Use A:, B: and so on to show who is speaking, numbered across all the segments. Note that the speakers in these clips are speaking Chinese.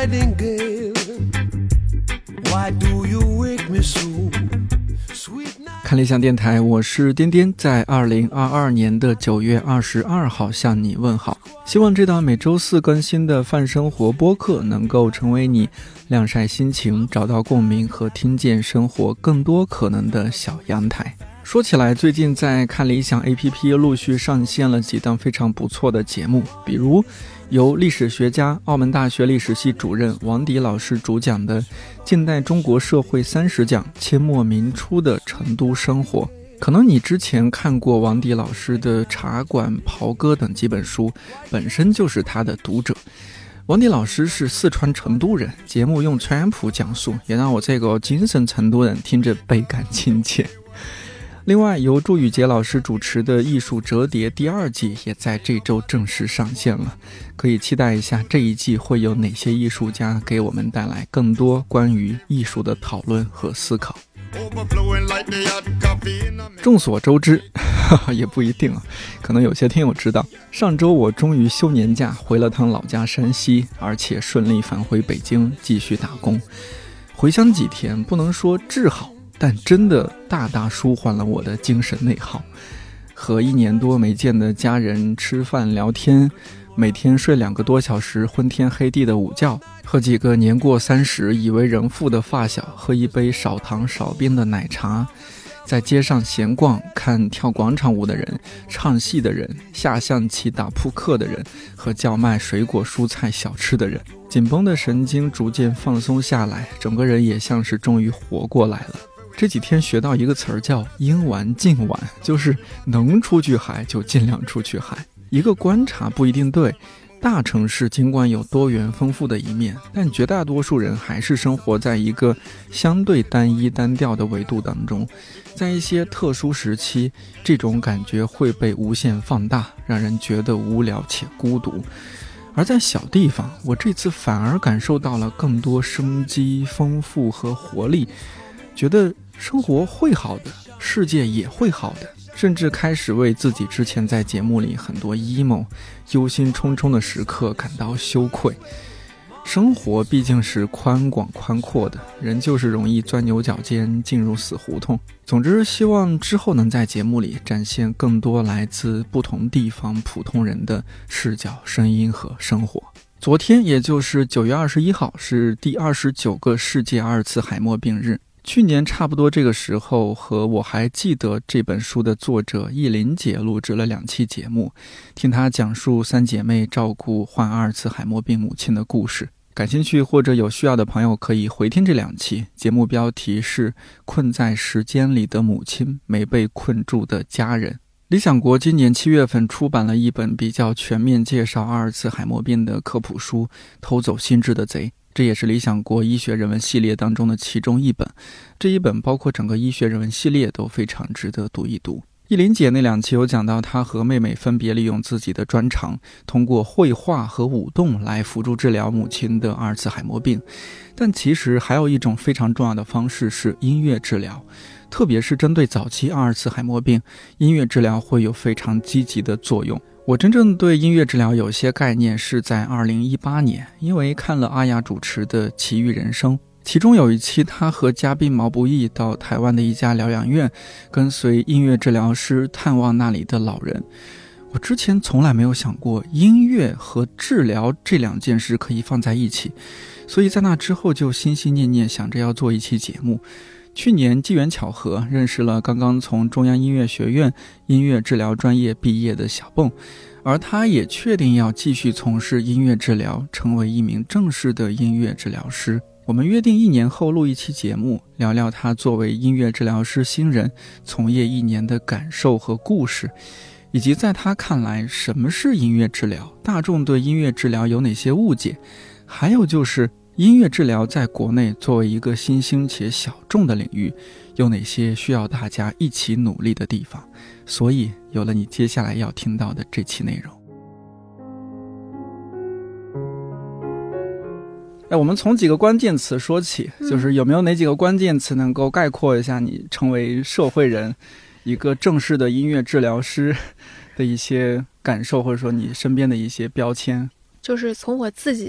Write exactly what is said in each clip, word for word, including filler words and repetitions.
A: nightingale, why do you wake me so?
B: 看理想电台，我是颠颠，在二零二二年的九月二十二号向你问好。希望这档每周四更新的泛生活播客能够成为你晾晒心情、找到共鸣和听见生活更多可能的小阳台。说起来，最近在看理想 A P P 陆续上线了几档非常不错的节目，比如由历史学家、澳门大学历史系主任王迪老师主讲的《近代中国社会三十讲：阡陌明初的成都生活》。可能你之前看过王迪老师的《茶馆》《袍哥》等几本书，本身就是他的读者。王迪老师是四川成都人，节目用川普讲述，也让我这个精神成都人听着倍感亲切。另外，由祝宇杰老师主持的《艺术折叠》第二季也在这周正式上线了，可以期待一下这一季会有哪些艺术家给我们带来更多关于艺术的讨论和思考。众所周知也不一定啊，可能有些听友知道，上周我终于休年假回了趟老家山西，而且顺利返回北京继续打工。回乡几天，不能说治好，但真的大大舒缓了我的精神内耗。和一年多没见的家人吃饭聊天，每天睡两个多小时昏天黑地的午觉，和几个年过三十已为人父的发小喝一杯少糖少冰的奶茶，在街上闲逛，看跳广场舞的人、唱戏的人、下象棋打扑克的人和叫卖水果蔬菜小吃的人，紧绷的神经逐渐放松下来，整个人也像是终于活过来了。这几天学到一个词儿叫应玩尽玩，就是能出去嗨就尽量出去嗨。一个观察不一定对，大城市尽管有多元丰富的一面，但绝大多数人还是生活在一个相对单一单调的维度当中。在一些特殊时期，这种感觉会被无限放大，让人觉得无聊且孤独。而在小地方，我这次反而感受到了更多生机、丰富和活力，觉得生活会好的，世界也会好的，甚至开始为自己之前在节目里很多 emo 忧心忡忡的时刻感到羞愧。生活毕竟是宽广宽阔的，人就是容易钻牛角尖，进入死胡同。总之，希望之后能在节目里展现更多来自不同地方普通人的视角、声音和生活。昨天，也就是九月二十一号，是第二十九个世界阿尔茨海默病日。去年差不多这个时候，和我还记得这本书的作者易林姐录制了两期节目，听她讲述三姐妹照顾患阿尔茨海默病母亲的故事。感兴趣或者有需要的朋友可以回听这两期，节目标题是《困在时间里的母亲，没被困住的家人》。理想国今年七月份出版了一本比较全面介绍阿尔茨海默病的科普书《偷走心智的贼》，这也是理想国医学人文系列当中的其中一本。这一本包括整个医学人文系列都非常值得读一读。依林姐那两期有讲到她和妹妹分别利用自己的专长，通过绘画和舞动来辅助治疗母亲的阿尔茨海默病。但其实还有一种非常重要的方式是音乐治疗，特别是针对早期阿尔茨海默病，音乐治疗会有非常积极的作用。我真正对音乐治疗有些概念是在二零一八年，因为看了阿雅主持的《奇遇人生》，其中有一期他和嘉宾毛不易到台湾的一家疗养院，跟随音乐治疗师探望那里的老人。我之前从来没有想过音乐和治疗这两件事可以放在一起，所以在那之后就心心念念想着要做一期节目。去年机缘巧合认识了刚刚从中央音乐学院音乐治疗专业毕业的小蹦，而他也确定要继续从事音乐治疗，成为一名正式的音乐治疗师。我们约定一年后录一期节目，聊聊他作为音乐治疗师新人从业一年的感受和故事，以及在他看来什么是音乐治疗，大众对音乐治疗有哪些误解，还有就是音乐治疗在国内作为一个新兴且小众的领域，有哪些需要大家一起努力的地方。所以有了你接下来要听到的这期内容。哎，我们从几个关键词说起，就是有没有哪几个关键词能够概括一下你成为社会人，一个正式的音乐治疗师的一些感受，或者说你身边的一些标签？
C: 就是从我自己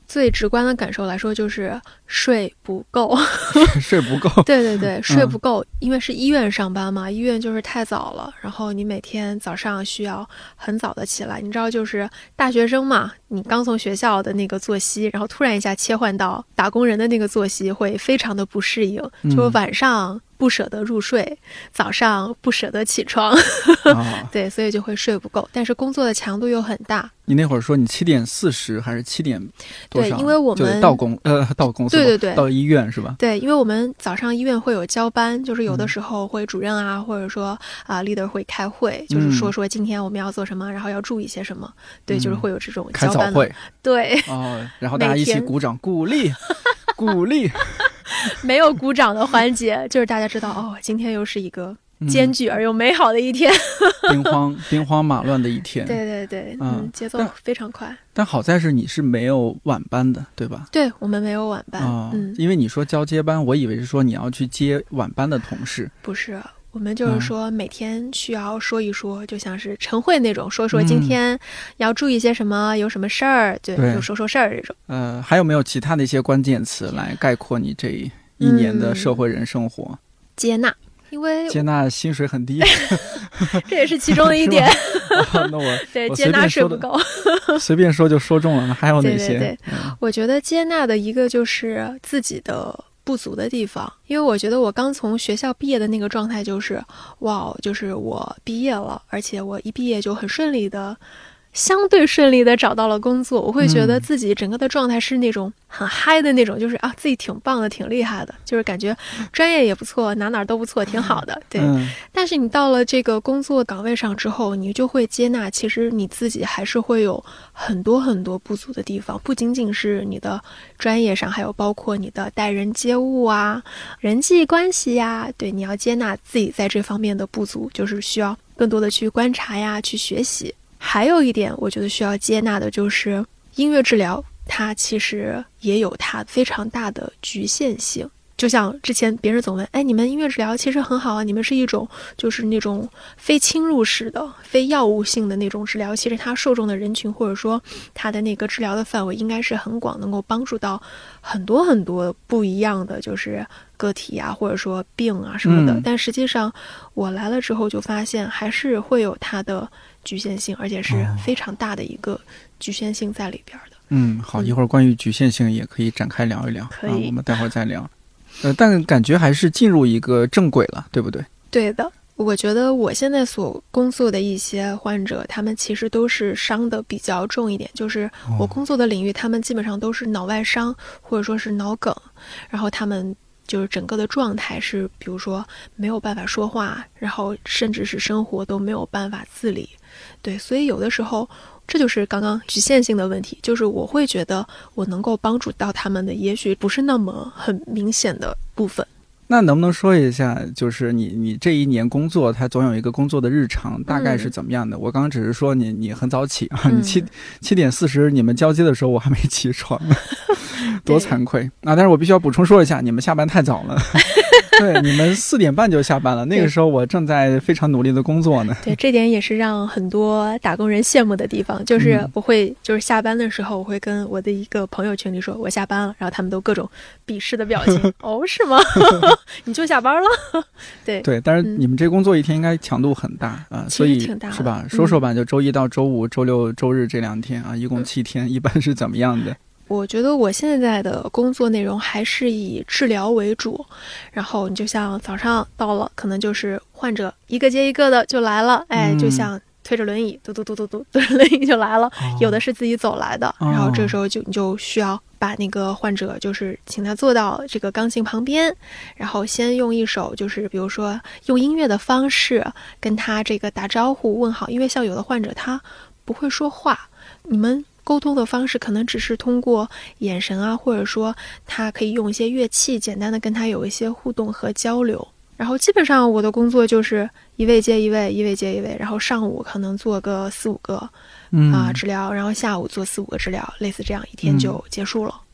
C: 最直观的感受来说就是睡不够
B: 睡不够
C: 对对对，睡不够、嗯、因为是医院上班嘛，医院就是太早了，然后你每天早上需要很早的起来，你知道就是大学生嘛，你刚从学校的那个作息，然后突然一下切换到打工人的那个作息，会非常的不适应，就晚上不舍得入睡、嗯、早上不舍得起床
B: 哦、
C: 对，所以就会睡不够，但是工作的强度又很大。
B: 你那会儿说你七点四十还是七点多少？
C: 对，因为我们
B: 就到公呃到公司，
C: 对对对，
B: 到医院是吧？
C: 对，因为我们早上医院会有交班，就是有的时候会主任啊，嗯、或者说啊、呃、leader 会开会，就是说说今天我们要做什么，然后要注意些什么。对，
B: 嗯、
C: 就是会有这种交班
B: 开早会。
C: 对。
B: 哦，然后大家一起鼓掌鼓励鼓励。
C: 没有鼓掌的环节，就是大家知道哦，今天又是一个艰巨而又美好的一天，
B: 兵荒兵荒马乱的一天。
C: 对对对，
B: 嗯，
C: 嗯节奏非常快。
B: 但好在是你是没有晚班的，对吧？
C: 对，我们没有晚班。
B: 哦、
C: 嗯，
B: 因为你说交接班，我以为是说你要去接晚班的同事。
C: 不是，我们就是说每天需要说一说，嗯、就像是晨会那种，说说今天要注意些什么，嗯、有什么事儿，对，就说说事儿这种。
B: 呃，还有没有其他的一些关键词来概括你这一年的社会人生活？嗯、
C: 接纳。因为
B: 接纳薪水很低
C: 这也是其中的一点
B: 哦、那我
C: 对我接纳睡不够
B: 随便说就说中了。还有哪些？
C: 对对对、嗯、我觉得接纳的一个就是自己的不足的地方，因为我觉得我刚从学校毕业的那个状态就是哇，就是我毕业了，而且我一毕业就很顺利的相对顺利的找到了工作，我会觉得自己整个的状态是那种很嗨的那种，就是啊自己挺棒的挺厉害的，就是感觉专业也不错，哪哪都不错，挺好的。对、嗯、但是你到了这个工作岗位上之后，你就会接纳其实你自己还是会有很多很多不足的地方，不仅仅是你的专业上，还有包括你的待人接物啊，人际关系呀，对，你要接纳自己在这方面的不足，就是需要更多的去观察呀，去学习。还有一点我觉得需要接纳的就是音乐治疗，它其实也有它非常大的局限性。就像之前别人总问，哎，你们音乐治疗其实很好啊，你们是一种就是那种非侵入式的非药物性的那种治疗，其实它受众的人群或者说它的那个治疗的范围应该是很广，能够帮助到很多很多不一样的就是个体啊，或者说病啊什么的、嗯、但实际上我来了之后就发现还是会有它的局限性，而且是非常大的一个局限性在里边的。
B: 嗯，好，一会儿关于局限性也可以展开聊一聊，
C: 可以、
B: 啊、我们待会儿再聊。呃，但感觉还是进入一个正轨了，对不对？
C: 对的，我觉得我现在所工作的一些患者，他们其实都是伤的比较重一点，就是我工作的领域，他们基本上都是脑外伤或者说是脑梗，然后他们就是整个的状态是，比如说没有办法说话，然后甚至是生活都没有办法自理。对，所以有的时候这就是刚刚局限性的问题，就是我会觉得我能够帮助到他们的也许不是那么很明显的部分。
B: 那能不能说一下，就是你你这一年工作，它总有一个工作的日常，大概是怎么样的？嗯、我刚刚只是说你你很早起啊，嗯、你七七点四十你们交接的时候，我还没起床，多惭愧啊！但是我必须要补充说一下，你们下班太早了。对，你们四点半就下班了，那个时候我正在非常努力的工作呢。
C: 对，这点也是让很多打工人羡慕的地方，就是我会、嗯、就是下班的时候，我会跟我的一个朋友圈里说我下班了，然后他们都各种鄙视的表情。哦，是吗？你就下班了？对
B: 对，但是你们这工作一天应该强度很大啊、嗯呃，所以是吧？说说吧，就周一到周五、周六、周日这两天啊，一共七天，一般是怎么样的？
C: 我觉得我现在的工作内容还是以治疗为主，然后你就像早上到了，可能就是患者一个接一个的就来了，哎，就像推着轮椅，嘟嘟嘟嘟嘟，推着轮椅就来了，哦、有的是自己走来的，然后这个时候就你就需要把那个患者就是请他坐到这个钢琴旁边，然后先用一首就是比如说用音乐的方式跟他这个打招呼问好，因为像有的患者他不会说话，你们沟通的方式可能只是通过眼神啊，或者说他可以用一些乐器简单的跟他有一些互动和交流。然后基本上我的工作就是一位接一位，一位接一位，然后上午可能做个四五个啊、嗯呃、治疗，然后下午做四五个治疗，类似这样一天就结束了。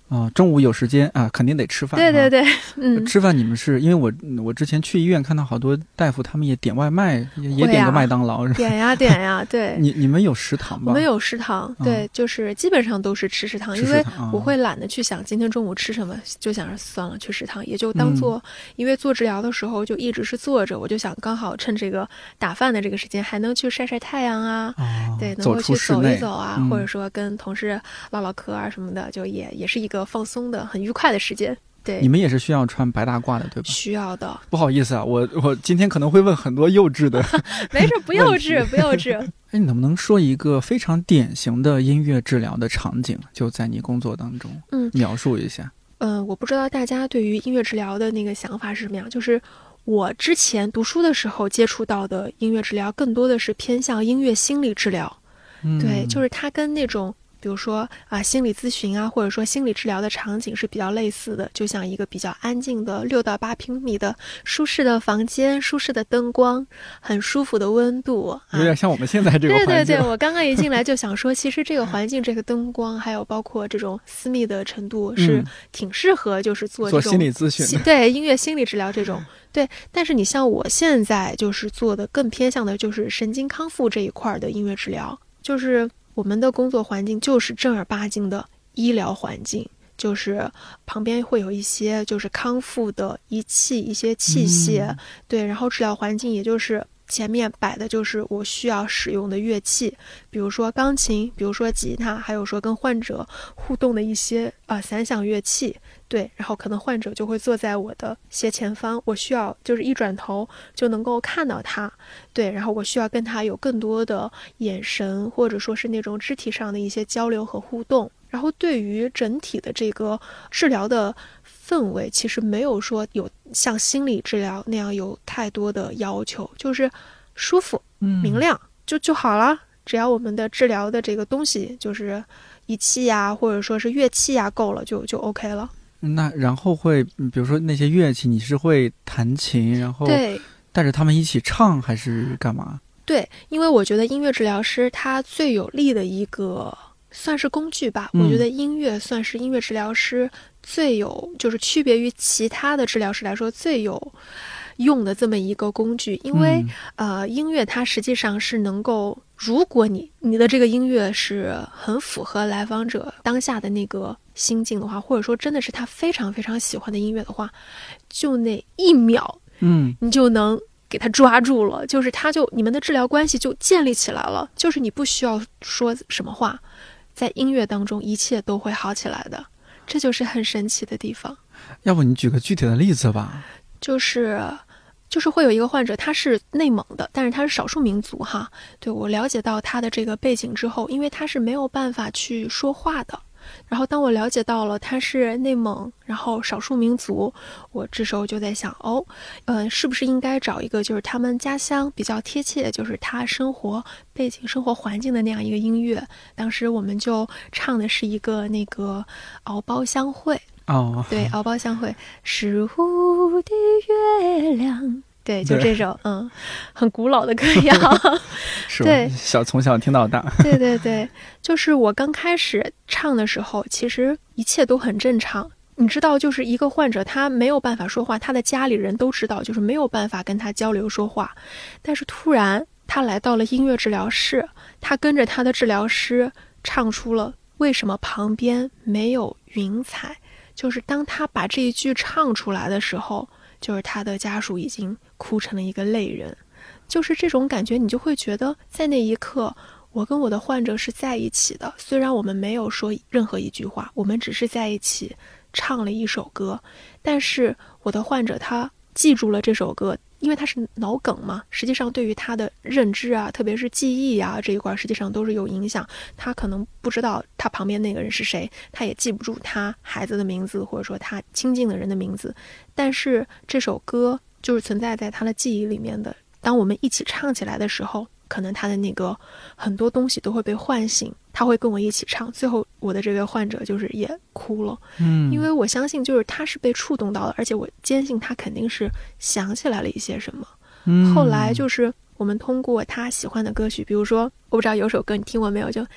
B: 啊、中午有时间啊，肯定得吃饭。
C: 对对对，嗯，
B: 吃饭你们是因为我我之前去医院看到好多大夫他们也点外卖，也也点个麦当劳。
C: 点呀点呀，对。
B: 你你们有食堂吧？
C: 我们有食堂，对，嗯、就是基本上都是吃食堂，因为我会懒得去想今天中午吃什么，就想着算了去食堂，也就当做、嗯，因为做治疗的时候就一直是坐着，我就想刚好趁这个打饭的这个时间还能去晒晒太阳啊，哦、对，能够去走一走啊、嗯，或者说跟同事唠唠嗑啊什么的，就也也是一个放松的很愉快的时间。对，
B: 你们也是需要穿白大褂的对吧？
C: 需要的。
B: 不好意思啊，我我今天可能会问很多幼稚的
C: 没事，不幼稚不幼稚。
B: 哎，你能不能说一个非常典型的音乐治疗的场景，就在你工作当中，嗯，描述一下？
C: 嗯、呃，我不知道大家对于音乐治疗的那个想法是什么样，就是我之前读书的时候接触到的音乐治疗更多的是偏向音乐心理治疗，嗯、对，就是它跟那种比如说啊，心理咨询啊，或者说心理治疗的场景是比较类似的，就像一个比较安静的六到八平米的舒适的房间，舒适的灯光，很舒服的温度，啊、
B: 有点像我们现在这个环境。
C: 对对对，我刚刚一进来就想说，其实这个环境、这个灯光，还有包括这种私密的程度，是挺适合就是做这种、
B: 做心理咨询的，
C: 对音乐心理治疗这种。对，但是你像我现在就是做的更偏向的就是神经康复这一块的音乐治疗，就是我们的工作环境就是正儿八经的医疗环境，就是旁边会有一些就是康复的仪器、一些器械、嗯、对，然后治疗环境也就是前面摆的就是我需要使用的乐器，比如说钢琴，比如说吉他，还有说跟患者互动的一些啊、呃、散响乐器，对，然后可能患者就会坐在我的斜前方，我需要就是一转头就能够看到他，对，然后我需要跟他有更多的眼神或者说是那种肢体上的一些交流和互动，然后对于整体的这个治疗的氛围其实没有说有像心理治疗那样有太多的要求，就是舒服明亮、嗯、就就好了，只要我们的治疗的这个东西就是仪器呀或者说是乐器呀够了就就 OK 了。
B: 那然后会比如说那些乐器你是会弹琴然后
C: 对
B: 带着他们一起唱还是干嘛？
C: 对，因为我觉得音乐治疗师他最有力的一个算是工具吧、嗯、我觉得音乐算是音乐治疗师最有就是区别于其他的治疗师来说最有用的这么一个工具，因为、嗯、呃，音乐它实际上是能够，如果你你的这个音乐是很符合来访者当下的那个心境的话，或者说真的是他非常非常喜欢的音乐的话，就那一秒，嗯，你就能给他抓住了，就是他就你们的治疗关系就建立起来了，就是你不需要说什么话，在音乐当中一切都会好起来的，这就是很神奇的地方。
B: 要不你举个具体的例子吧？
C: 就是就是会有一个患者他是内蒙的，但是他是少数民族哈，对，我了解到他的这个背景之后，因为他是没有办法去说话的，然后当我了解到了他是内蒙然后少数民族，我这时候就在想哦，呃，是不是应该找一个就是他们家乡比较贴切就是他生活背景生活环境的那样一个音乐，当时我们就唱的是一个那个敖包相会
B: 哦，
C: 对，敖包相会，是无的月亮，对，就这首，嗯，很古老的歌谣，
B: 是吧？对，小从小听到大，
C: 对对对，就是我刚开始唱的时候，其实一切都很正常。你知道，就是一个患者他没有办法说话，他的家里人都知道，就是没有办法跟他交流说话，但是突然他来到了音乐治疗室，他跟着他的治疗师唱出了为什么旁边没有云彩。就是当他把这一句唱出来的时候，就是他的家属已经哭成了一个泪人，就是这种感觉，你就会觉得在那一刻我跟我的患者是在一起的，虽然我们没有说任何一句话，我们只是在一起唱了一首歌，但是我的患者他记住了这首歌，因为他是脑梗嘛，实际上对于他的认知啊，特别是记忆啊这一块实际上都是有影响，他可能不知道他旁边那个人是谁，他也记不住他孩子的名字或者说他亲近的人的名字，但是这首歌就是存在在他的记忆里面的，当我们一起唱起来的时候，可能他的那个很多东西都会被唤醒，他会跟我一起唱，最后我的这个患者就是也哭了，嗯，因为我相信就是他是被触动到了，而且我坚信他肯定是想起来了一些什么，嗯，后来就是我们通过他喜欢的歌曲，比如说我不知道有首歌你听过没有，就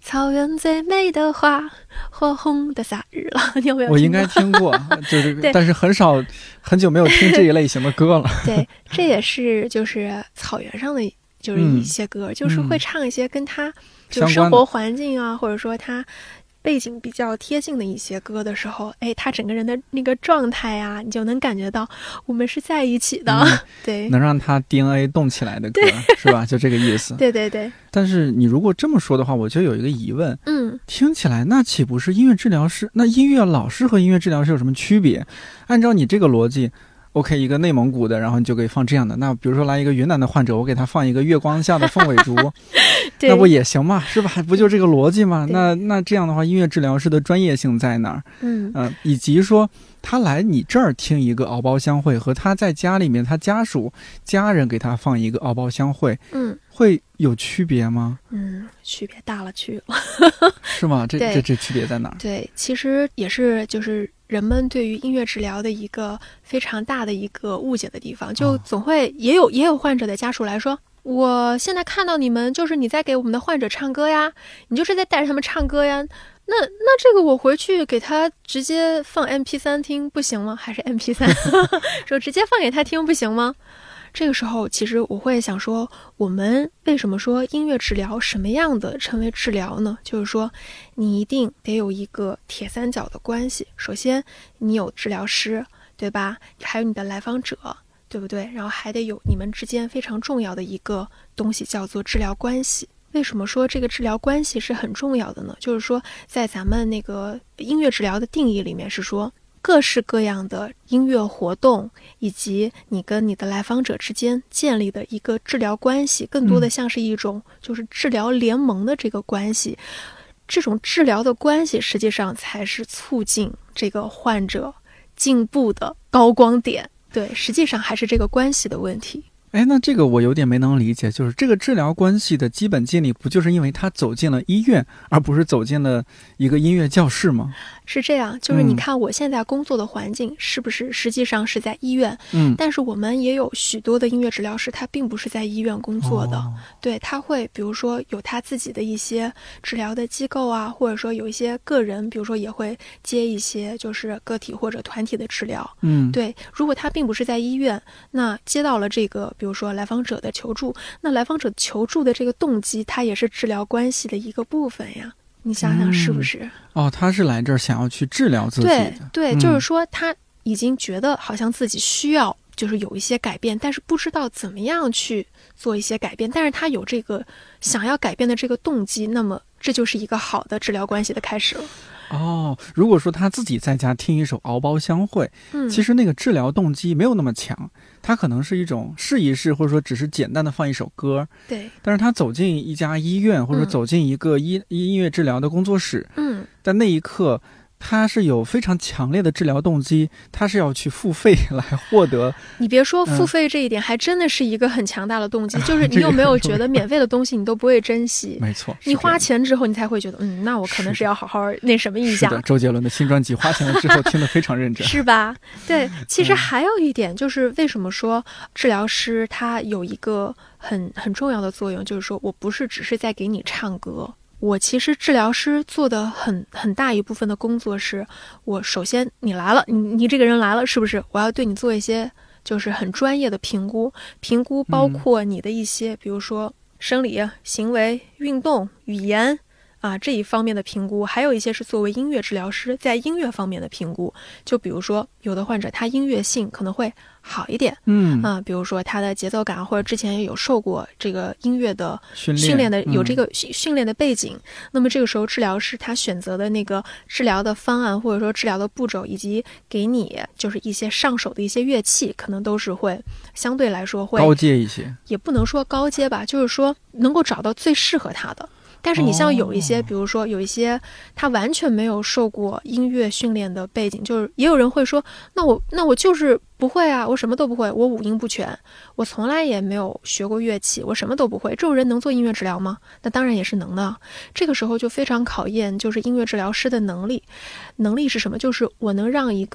C: 草原最美的花，火红的夏日了。你有没有听过？
B: 我应该听过，就是但是很少很久没有听这一类型的歌了。
C: 对，这也是就是草原上的就是一些歌，嗯、就是会唱一些跟他就生活环境啊，或者说他背景比较贴近的一些歌的时候，哎，他整个人的那个状态啊，你就能感觉到我们是在一起的，嗯、对，
B: 能让他 D N A 动起来的歌，是吧？就这个意思。
C: 对对对。
B: 但是你如果这么说的话，我就有一个疑问，
C: 嗯，
B: 听起来那岂不是音乐治疗师？那音乐老师和音乐治疗师有什么区别？按照你这个逻辑。OK， 一个内蒙古的，然后你就给放这样的。那比如说来一个云南的患者，我给他放一个月光下的凤尾竹，那不也行吗？是吧？不就这个逻辑吗？那那这样的话，音乐治疗师的专业性在哪儿？
C: 嗯
B: 呃，以及说他来你这儿听一个敖包相会，和他在家里面他家属家人给他放一个敖包相会，
C: 嗯，
B: 会有区别吗？
C: 嗯，区别大了去了，
B: 是吗？这这这区别在哪儿？
C: 对，其实也是就是人们对于音乐治疗的一个非常大的一个误解的地方，就总会也有、哦、也有患者的家属来说，我现在看到你们就是你在给我们的患者唱歌呀，你就是在带着他们唱歌呀，那那这个我回去给他直接放 M P 三 听不行吗？还是 M P 三 说直接放给他听不行吗？这个时候其实我会想说，我们为什么说音乐治疗什么样的称为治疗呢？就是说你一定得有一个铁三角的关系，首先你有治疗师，对吧？还有你的来访者，对不对？然后还得有你们之间非常重要的一个东西叫做治疗关系。为什么说这个治疗关系是很重要的呢？就是说在咱们那个音乐治疗的定义里面是说，各式各样的音乐活动以及你跟你的来访者之间建立的一个治疗关系，更多的像是一种就是治疗联盟的这个关系、嗯、这种治疗的关系实际上才是促进这个患者进步的高光点。对，实际上还是这个关系的问题。
B: 哎，那这个我有点没能理解，就是这个治疗关系的基本建立不就是因为他走进了医院，而不是走进了一个音乐教室吗？
C: 是这样，就是你看我现在工作的环境是不是实际上是在医院，
B: 嗯，
C: 但是我们也有许多的音乐治疗师他并不是在医院工作的、哦、对，他会比如说有他自己的一些治疗的机构啊，或者说有一些个人比如说也会接一些就是个体或者团体的治疗，
B: 嗯，
C: 对，如果他并不是在医院，那接到了这个比如说来访者的求助，那来访者求助的这个动机他也是治疗关系的一个部分呀，你想想是不是、嗯、
B: 哦，他是来这儿想要去治疗自己的，
C: 对对、
B: 嗯、
C: 就是说他已经觉得好像自己需要就是有一些改变，但是不知道怎么样去做一些改变，但是他有这个想要改变的这个动机，那么这就是一个好的治疗关系的开始了。
B: 哦，如果说他自己在家听一首敖包相会、嗯、其实那个治疗动机没有那么强，他可能是一种试一试，或者说只是简单的放一首歌，
C: 对，
B: 但是他走进一家医院或者走进一个医、嗯、音乐治疗的工作室，
C: 嗯，
B: 在那一刻他是有非常强烈的治疗动机，他是要去付费来获得。
C: 你别说付费这一点、嗯、还真的是一个很强大的动机，就是你有没有觉得免费的东西你都不会珍惜？
B: 没错，
C: 你花钱之后你才会觉得嗯，那我可能是要好好那什么一下。
B: 是的，周杰伦的新专辑花钱了之后听得非常认真
C: 是吧？对，其实还有一点就是为什么说治疗师他有一个很很重要的作用，就是说我不是只是在给你唱歌，我其实治疗师做的很很大一部分的工作是，我首先你来了，你你这个人来了，是不是我要对你做一些就是很专业的评估，评估包括你的一些、嗯、比如说生理、行为、运动、语言啊这一方面的评估，还有一些是作为音乐治疗师在音乐方面的评估，就比如说有的患者他音乐性可能会好一点，
B: 嗯
C: 啊，比如说他的节奏感，或者之前也有受过这个音乐的
B: 训
C: 练，训练的
B: 嗯、
C: 有这个训练的背景，那么这个时候治疗师他选择的那个治疗的方案，或者说治疗的步骤，以及给你就是一些上手的一些乐器，可能都是会相对来说会
B: 高阶一些，
C: 也不能说高阶吧，就是说能够找到最适合他的。但是你像有一些、哦、比如说有一些他完全没有受过音乐训练的背景，就是也有人会说，那我那我就是不会啊，我什么都不会，我五音不全，我从来也没有学过乐器，我什么都不会，这种人能做音乐治疗吗？那当然也是能的。这个时候就非常考验就是音乐治疗师的能力。能力是什么？就是我能让一个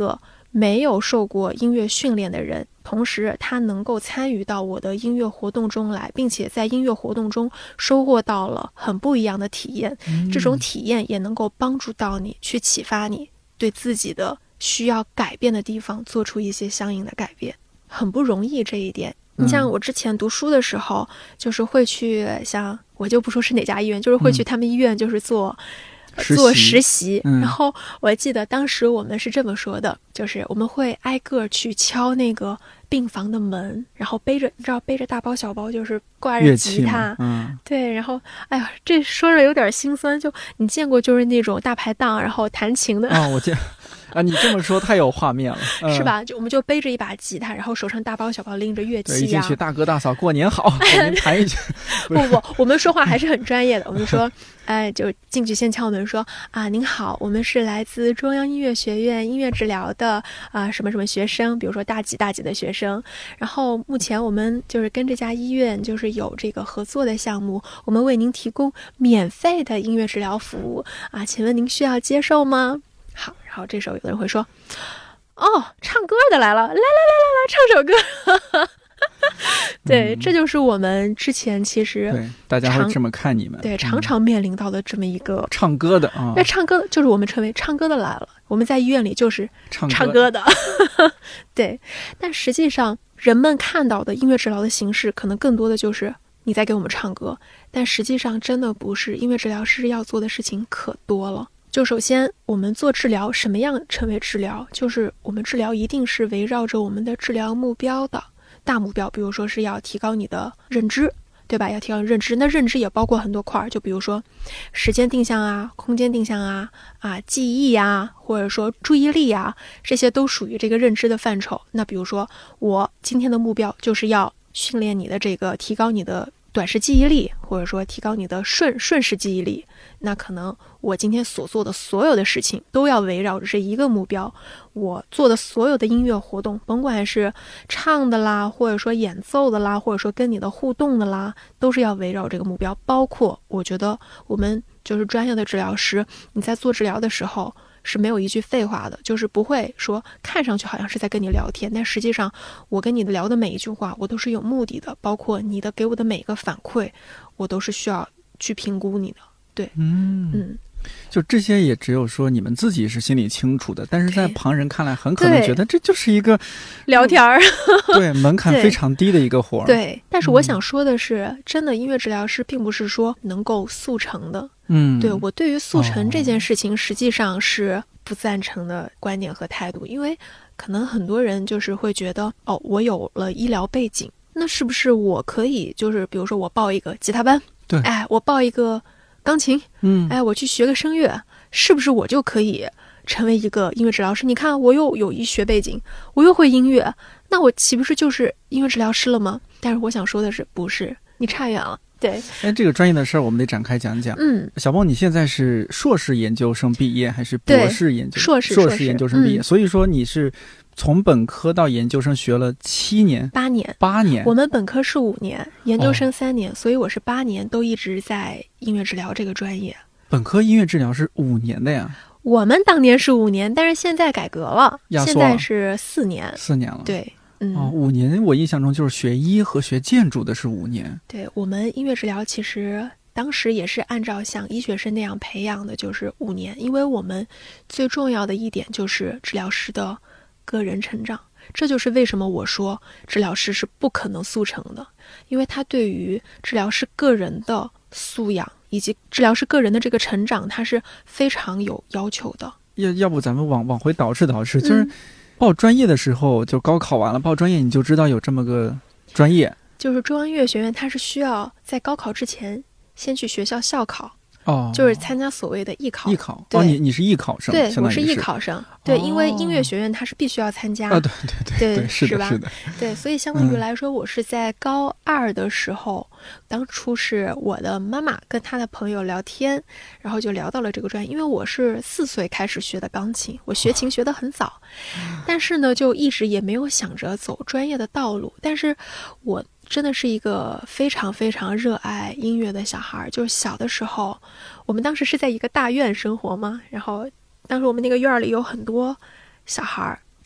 C: 没有受过音乐训练的人，同时他能够参与到我的音乐活动中来，并且在音乐活动中收获到了很不一样的体验、嗯、这种体验也能够帮助到你，去启发你对自己的需要改变的地方做出一些相应的改变，很不容易这一点。你像我之前读书的时候、嗯、就是会去，像我就不说是哪家医院，就是会去他们医院就是做、嗯、做实习、嗯、然后我记得当时我们是这么说的，就是我们会挨个去敲那个病房的门，然后背着你知道背着大包小包，就是挂着吉他，嗯，对，然后哎呀，这说着有点心酸，就你见过就是那种大排档然后弹琴的
B: 啊、哦，我见啊，你这么说太有画面了、
C: 嗯、是吧？就我们就背着一把吉他，然后手上大包小包拎着乐器啊，
B: 一进去大哥大嫂过年好，给您弹一曲。
C: 不不，我们说话还是很专业的，我们说哎，就进去先敲门说啊，您好，我们是来自中央音乐学院音乐治疗的啊什么什么学生，比如说大几大几的学生，然后目前我们就是跟这家医院就是有这个合作的项目，我们为您提供免费的音乐治疗服务啊，请问您需要接受吗？好，然后这时候有的人会说，哦，唱歌的来了，来来来来来，唱首歌。对、嗯，这就是我们之前其实
B: 对大家会这么看你们，
C: 对，常常面临到的这么一个、
B: 嗯、唱歌的啊，
C: 那唱歌就是我们称为唱歌的来了，我们在医院里就是唱歌的，歌对，但实际上人们看到的音乐治疗的形式可能更多的就是你在给我们唱歌，但实际上真的不是，音乐治疗师要做的事情可多了。就首先我们做治疗，什么样称为治疗？就是我们治疗一定是围绕着我们的治疗目标的大目标，比如说是要提高你的认知，对吧？要提高认知，那认知也包括很多块，就比如说时间定向啊，空间定向啊，啊记忆啊，或者说注意力啊，这些都属于这个认知的范畴。那比如说我今天的目标就是要训练你的这个提高你的短时记忆力，或者说提高你的顺顺时记忆力，那可能我今天所做的所有的事情都要围绕着这一个目标，我做的所有的音乐活动，甭管是唱的啦，或者说演奏的啦，或者说跟你的互动的啦，都是要围绕这个目标。包括我觉得我们就是专业的治疗师，你在做治疗的时候是没有一句废话的，就是不会说看上去好像是在跟你聊天，但实际上我跟你的聊的每一句话我都是有目的的，包括你的给我的每一个反馈我都是需要去评估你的。对，
B: 嗯嗯，就这些也只有说你们自己是心里清楚的，但是在旁人看来很可能觉得这就是一个
C: 聊天儿，
B: 对，门槛非常低的一个活儿。
C: 对，但是我想说的是、嗯、真的音乐治疗师并不是说能够速成的。
B: 嗯，
C: 对，我对于速成这件事情实际上是不赞成的观点和态度、哦、因为可能很多人就是会觉得哦，我有了医疗背景，那是不是我可以就是比如说我报一个吉他班，
B: 对，
C: 哎，我报一个钢琴，
B: 嗯，
C: 哎，我去学个声乐，是不是我就可以成为一个音乐治疗师？你看我又有医学背景，我又会音乐，那我岂不是就是音乐治疗师了吗？但是我想说的是，不是，你差远了。对，
B: 哎，这个专业的事儿我们得展开讲讲。
C: 嗯，
B: 小梦，你现在是硕士研究生毕业还是博士研究？
C: 硕士，
B: 硕士研究生毕业、
C: 嗯，
B: 所以说你是从本科到研究生学了七年，
C: 八年，
B: 八年。
C: 我们本科是五年，研究生三年、哦，所以我是八年都一直在音乐治疗这个专业。
B: 本科音乐治疗是五年的呀？
C: 我们当年是五年，但是现在改革了，现在是四年，
B: 四年了。
C: 对。嗯，
B: 哦，五年，我印象中就是学医和学建筑的是五年。
C: 对，我们音乐治疗其实当时也是按照像医学生那样培养的，就是五年，因为我们最重要的一点就是治疗师的个人成长，这就是为什么我说治疗师是不可能速成的，因为他对于治疗师个人的素养以及治疗师个人的这个成长，他是非常有要求的。
B: 要要不咱们往往回倒饬倒饬，就是。嗯，报专业的时候就高考完了，报专业你就知道有这么个专业，就是
C: 中央音乐学院，它是需要在高考之前先去学校校考，
B: 哦，
C: 就是参加所谓的艺考。
B: 艺考，哦，你你是艺考生，
C: 对，我
B: 是
C: 艺考生，对、哦，因为音乐学院它是必须要参加，
B: 啊，对对对
C: 对,
B: 对，是的，
C: 吧？
B: 是的，
C: 对，所以相当于来说，我是在高二的时候，嗯、当初是我的妈妈跟她的朋友聊天，然后就聊到了这个专业，因为我是四岁开始学的钢琴，我学琴学得很早，哦、但是呢，就一直也没有想着走专业的道路，但是我真的是一个非常非常热爱音乐的小孩，就是小的时候，我们当时是在一个大院生活嘛，然后当时我们那个院里有很多小孩，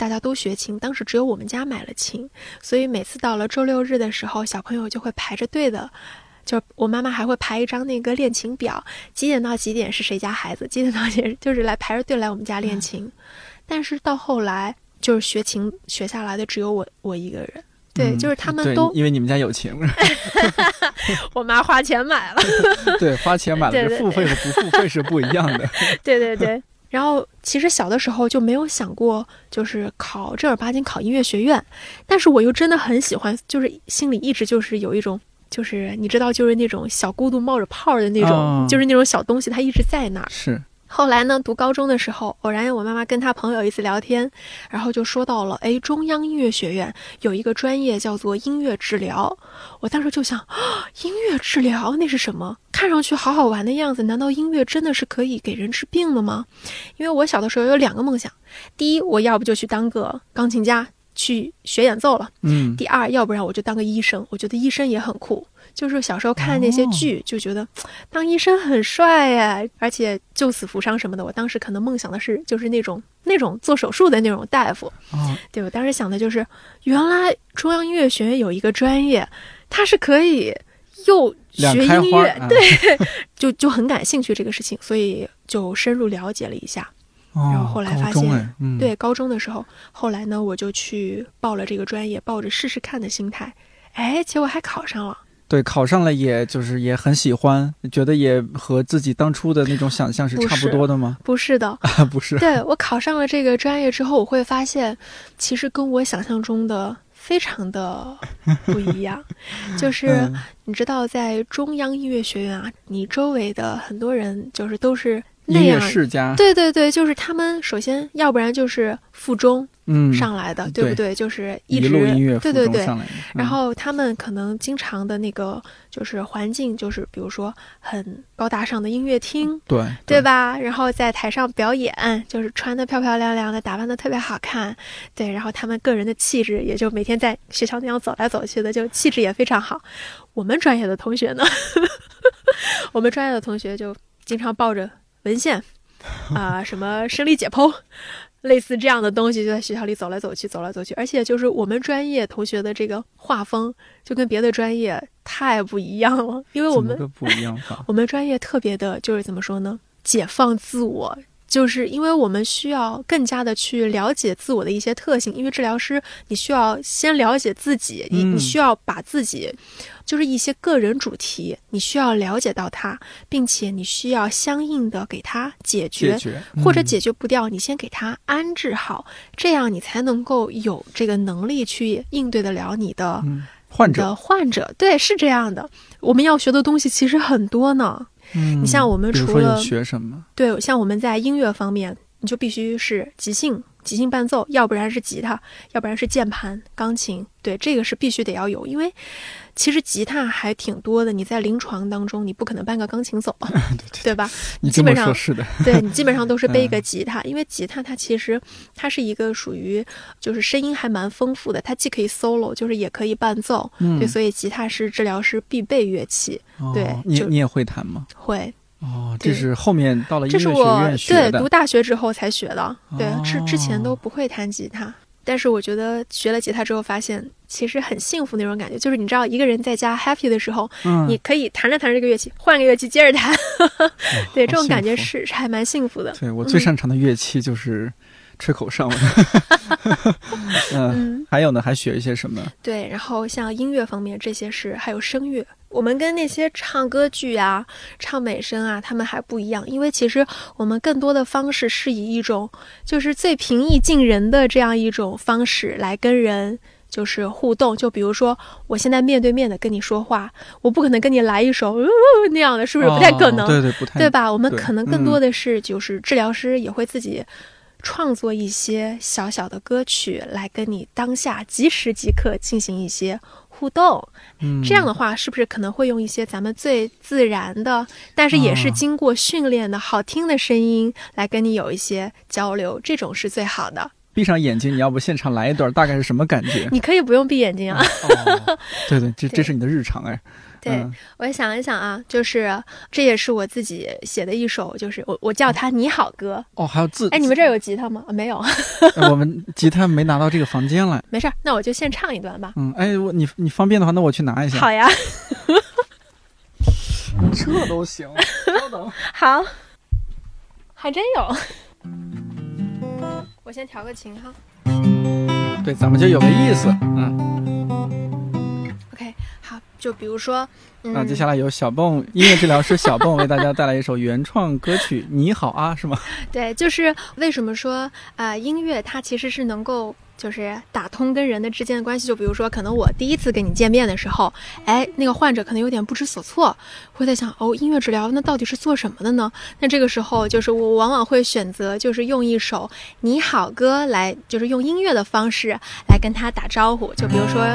C: 大家都学琴，当时只有我们家买了琴，所以每次到了周六日的时候，小朋友就会排着队的，就我妈妈还会排一张那个练琴表，几点到几点是谁家孩子，几点到几点就是来排着队来我们家练琴。但是到后来就是学琴学下来的只有我我一个人。对，
B: 嗯、
C: 就是他们都
B: 因为你们家有琴
C: 我妈花钱买了
B: 对，花钱买了，
C: 对对对
B: 付费和不付费是不一样的
C: 对对对。然后其实小的时候就没有想过就是考正儿八经考音乐学院，但是我又真的很喜欢，就是心里一直就是有一种就是你知道就是那种小咕嘟冒着泡的那种、哦、就是那种小东西它一直在那儿。
B: 是。
C: 后来呢，读高中的时候，偶然我妈妈跟她朋友一次聊天，然后就说到了，哎，中央音乐学院有一个专业叫做音乐治疗。我当时就想，哦、音乐治疗那是什么？看上去好好玩的样子，难道音乐真的是可以给人治病的吗？因为我小的时候有两个梦想，第一，我要不就去当个钢琴家，去学演奏了。
B: 嗯。
C: 第二，要不然我就当个医生，我觉得医生也很酷。就是小时候看那些剧、哦、就觉得当医生很帅呀，而且救死扶伤什么的。我当时可能梦想的是就是那种那种做手术的那种大夫。
B: 哦、
C: 对，我当时想的就是原来中央音乐学院有一个专业，它是可以又学音乐，
B: 啊、
C: 对，就就很感兴趣这个事情，所以就深入了解了一下。
B: 哦、
C: 然后后来发现、
B: 嗯、
C: 对，高中的时候，后来呢我就去报了这个专业，抱着试试看的心态，哎，结果还考上了。
B: 对，考上了也就是也很喜欢，觉得也和自己当初的那种想象是差不多的吗？
C: 不是, 不是的
B: 啊，不是。
C: 对，我考上了这个专业之后，我会发现其实跟我想象中的非常的不一样。就是、嗯、你知道在中央音乐学院啊，你周围的很多人就是都是那样，
B: 音乐世家。
C: 对对对，就是他们首先要不然就是附中
B: 嗯
C: 上来的，对不对？就是一直
B: 一路音乐
C: 对对对、
B: 上来的、嗯、
C: 然后他们可能经常的那个就是环境就是比如说很高大上的音乐厅，
B: 对 对,
C: 对吧？然后在台上表演就是穿得漂漂亮亮的，打扮得特别好看，对，然后他们个人的气质也就每天在学校那样走来走去的，就气质也非常好。我们专业的同学呢我们专业的同学就经常抱着文献啊、呃，什么生理解剖类似这样的东西就在学校里走来走去走来走去，而且就是我们专业同学的这个画风就跟别的专业太不一样了，因为我们
B: 怎么个不一样法
C: 我们专业特别的就是怎么说呢，解放自我，就是因为我们需要更加的去了解自我的一些特性，因为治疗师你需要先了解自己，你你需要把自己就是一些个人主题你需要了解到它，并且你需要相应的给它解决,
B: 解决、嗯、
C: 或者解决不掉你先给它安置好，这样你才能够有这个能力去应对得了你的、
B: 嗯、患者
C: 的患者。对，是这样的，我们要学的东西其实很多呢。
B: 嗯，
C: 你像我们除了
B: 比如说有学什么，
C: 对，像我们在音乐方面你就必须是即兴即兴伴奏，要不然是吉他，要不然是键盘钢琴，对，这个是必须得要有，因为其实吉他还挺多的，你在临床当中你不可能搬个钢琴走对, 对, 对, 对吧？
B: 你这么说是的，
C: 对，你基本上都是背一个吉他、嗯、因为吉他它其实它是一个属于就是声音还蛮丰富的，它既可以 solo 就是也可以伴奏、嗯、对，所以吉他是治疗师必备乐器、哦、对，
B: 你你也会弹吗？
C: 会。
B: 哦，这是后面到了音乐学院学
C: 的，对，读大学之后才学的，对，之、哦、之前都不会弹吉他。但是我觉得学了吉他之后发现其实很幸福那种感觉，就是你知道一个人在家 happy 的时候、嗯、你可以弹着弹着这个乐器换个乐器接着弹对，这种感觉是还蛮幸福的。
B: 对，我最擅长的乐器就是吹口哨嗯，还有呢，还学一些什么？
C: 对，然后像音乐方面这些是还有声乐，我们跟那些唱歌剧啊唱美声啊他们还不一样，因为其实我们更多的方式是以一种就是最平易近人的这样一种方式来跟人就是互动，就比如说我现在面对面的跟你说话，我不可能跟你来一首、呃、那样的，是不是不太可能、
B: 哦、对对不太
C: 对吧？我们可能更多的是就是治疗师也会自己创作一些小小的歌曲来跟你当下即时即刻进行一些互动、嗯、这样的话是不是可能会用一些咱们最自然的但是也是经过训练的好听的声音来跟你有一些交流，这种是最好的。
B: 闭上眼睛，你要不现场来一段大概是什么感觉？
C: 你可以不用闭眼睛啊、
B: 哦、对对，这这是你的日常哎。
C: 对、嗯、我想一想啊，就是这也是我自己写的一首，就是我我叫它你好歌。
B: 哦，还有字。
C: 哎，你们这儿有吉他吗？啊、没有
B: 我们吉他没拿到这个房间来。
C: 没事，那我就先唱一段吧。
B: 嗯，哎，我你你方便的话，那我去拿一下。
C: 好呀。
B: 这都行。稍等。
C: 好，还真有。我先调个琴哈。
B: 对，咱们就有个意思。嗯。
C: OK， 好，就比如说，嗯，
B: 啊，接下来由小蹦音乐治疗师小蹦为大家带来一首原创歌曲《你好啊》，是吗？
C: 对，就是为什么说啊、呃，音乐它其实是能够。就是打通跟人的之间的关系，就比如说可能我第一次跟你见面的时候，哎，那个患者可能有点不知所措，会在想，哦，音乐治疗那到底是做什么的呢？那这个时候就是我往往会选择就是用一首你好歌来，就是用音乐的方式来跟他打招呼，就比如说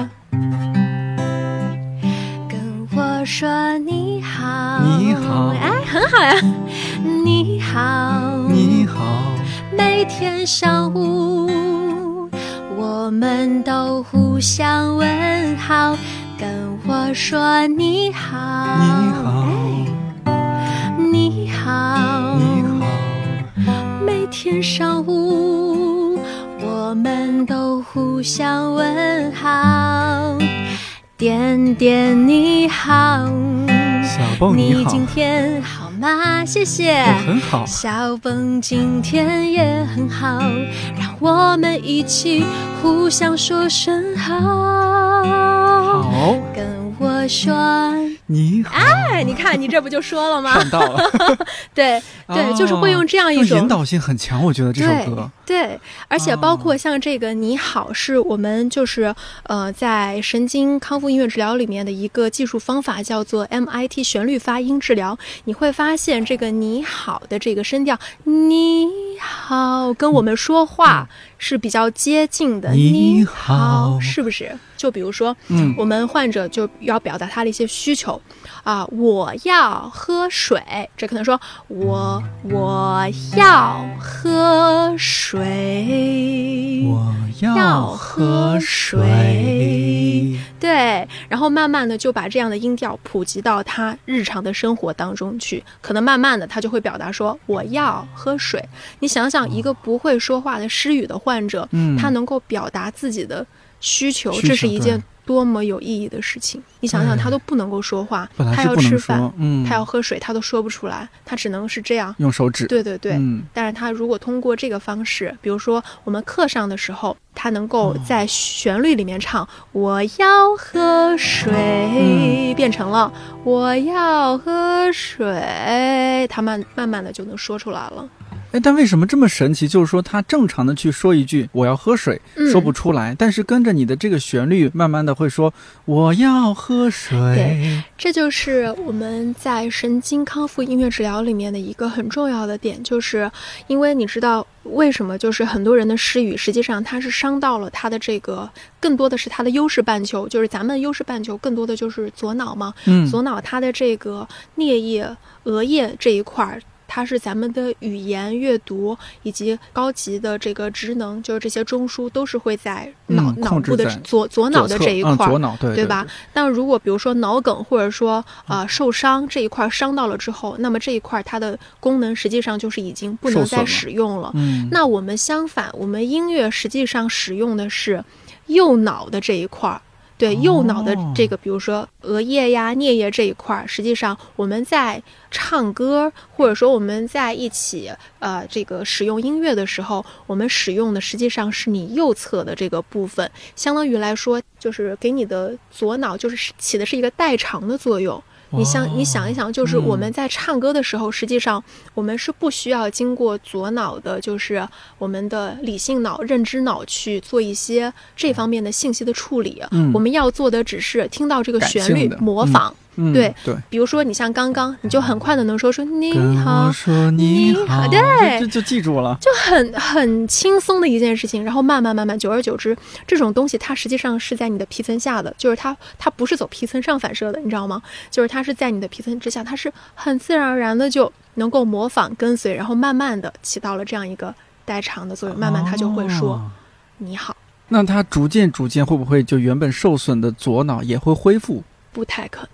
C: 跟我说你好，
B: 你好，
C: 哎，很好呀，你好，
B: 你好，
C: 每天上午我们都互相问好，跟我说你好，
B: 你好，
C: 哎、你好，
B: 你好，
C: 每天上午我们都互相问好，点点你好，
B: 小蹦你好，
C: 你今天好吗？谢谢。
B: 我很好。
C: 小蹦今天也很好，让我们一起互相说声好。
B: 好，
C: 跟我说
B: 你好。
C: 哎，你看你这不就说了吗？
B: 上道了。
C: 对对、哦，就是会用这样一种
B: 引导性很强，我觉得这首歌。
C: 对，对而且包括像这个你好，是我们就是呃在神经康复音乐治疗里面的一个技术方法，叫做 M I T 旋律发音治疗。你会发现这个你好的这个声调，你好跟我们说话是比较接近的。
B: 你
C: 好，
B: 好
C: 是不是？就比如说，
B: 嗯，
C: 我们患者就要表达他的一些需求啊，我要喝水，这可能说我我要喝水，
B: 我要喝水，
C: 对，然后慢慢的就把这样的音调普及到他日常的生活当中去，可能慢慢的他就会表达说我要喝水。你想想，一个不会说话的失语的患者，嗯，他能够表达自己的需求，
B: 需求
C: 这是一件多么有意义的事情。你想想，他都不能够说话，他要吃饭，
B: 嗯，
C: 他要喝水，他都说不出来，他只能是这样
B: 用手指。
C: 对对对、
B: 嗯、
C: 但是他如果通过这个方式，比如说我们课上的时候，他能够在旋律里面唱、哦、我要喝水、嗯、变成了我要喝水，他慢慢慢的就能说出来了。
B: 哎，但为什么这么神奇？就是说他正常的去说一句我要喝水、嗯、说不出来，但是跟着你的这个旋律慢慢的会说我要喝水。
C: 对，这就是我们在神经康复音乐治疗里面的一个很重要的点，就是因为你知道为什么就是很多人的失语实际上他是伤到了他的这个更多的是他的优势半球，就是咱们优势半球更多的就是左脑嘛、嗯、左脑它的这个颞叶额叶这一块，它是咱们的语言阅读以及高级的这个职能，就是这些中枢都是会在脑、嗯、脑部的左左脑的这一块、
B: 嗯、左脑 对,
C: 对吧？但如果比如说脑梗或者说呃受伤这一块伤到了之后，那么这一块它的功能实际上就是已经不能再使用了。
B: 了嗯、
C: 那我们相反，我们音乐实际上使用的是右脑的这一块。对，右脑的这个比如说额叶呀颞叶这一块，实际上我们在唱歌或者说我们在一起呃这个使用音乐的时候，我们使用的实际上是你右侧的这个部分，相当于来说就是给你的左脑就是起的是一个代偿的作用。你想你想一想，就是我们在唱歌的时候、嗯、实际上我们是不需要经过左脑的就是我们的理性脑认知脑去做一些这方面的信息的处理、嗯、我们要做的只是听到这个旋律模仿、
B: 嗯、
C: 对
B: 对，
C: 比如说你像刚刚你就很快的能说出你好
B: 说你好，
C: 对，
B: 就就记住了，
C: 就很很轻松的一件事情。然后慢慢慢慢久而久之，这种东西它实际上是在你的皮层下的，就是它它不是走皮层上反射的，你知道吗？就是它是在你的皮层之下，它是很自然而然的就能够模仿跟随，然后慢慢的起到了这样一个代偿的作用，慢慢它就会说、哦、你好。
B: 那它逐渐逐渐会不会就原本受损的左脑也会恢复？
C: 不太可能。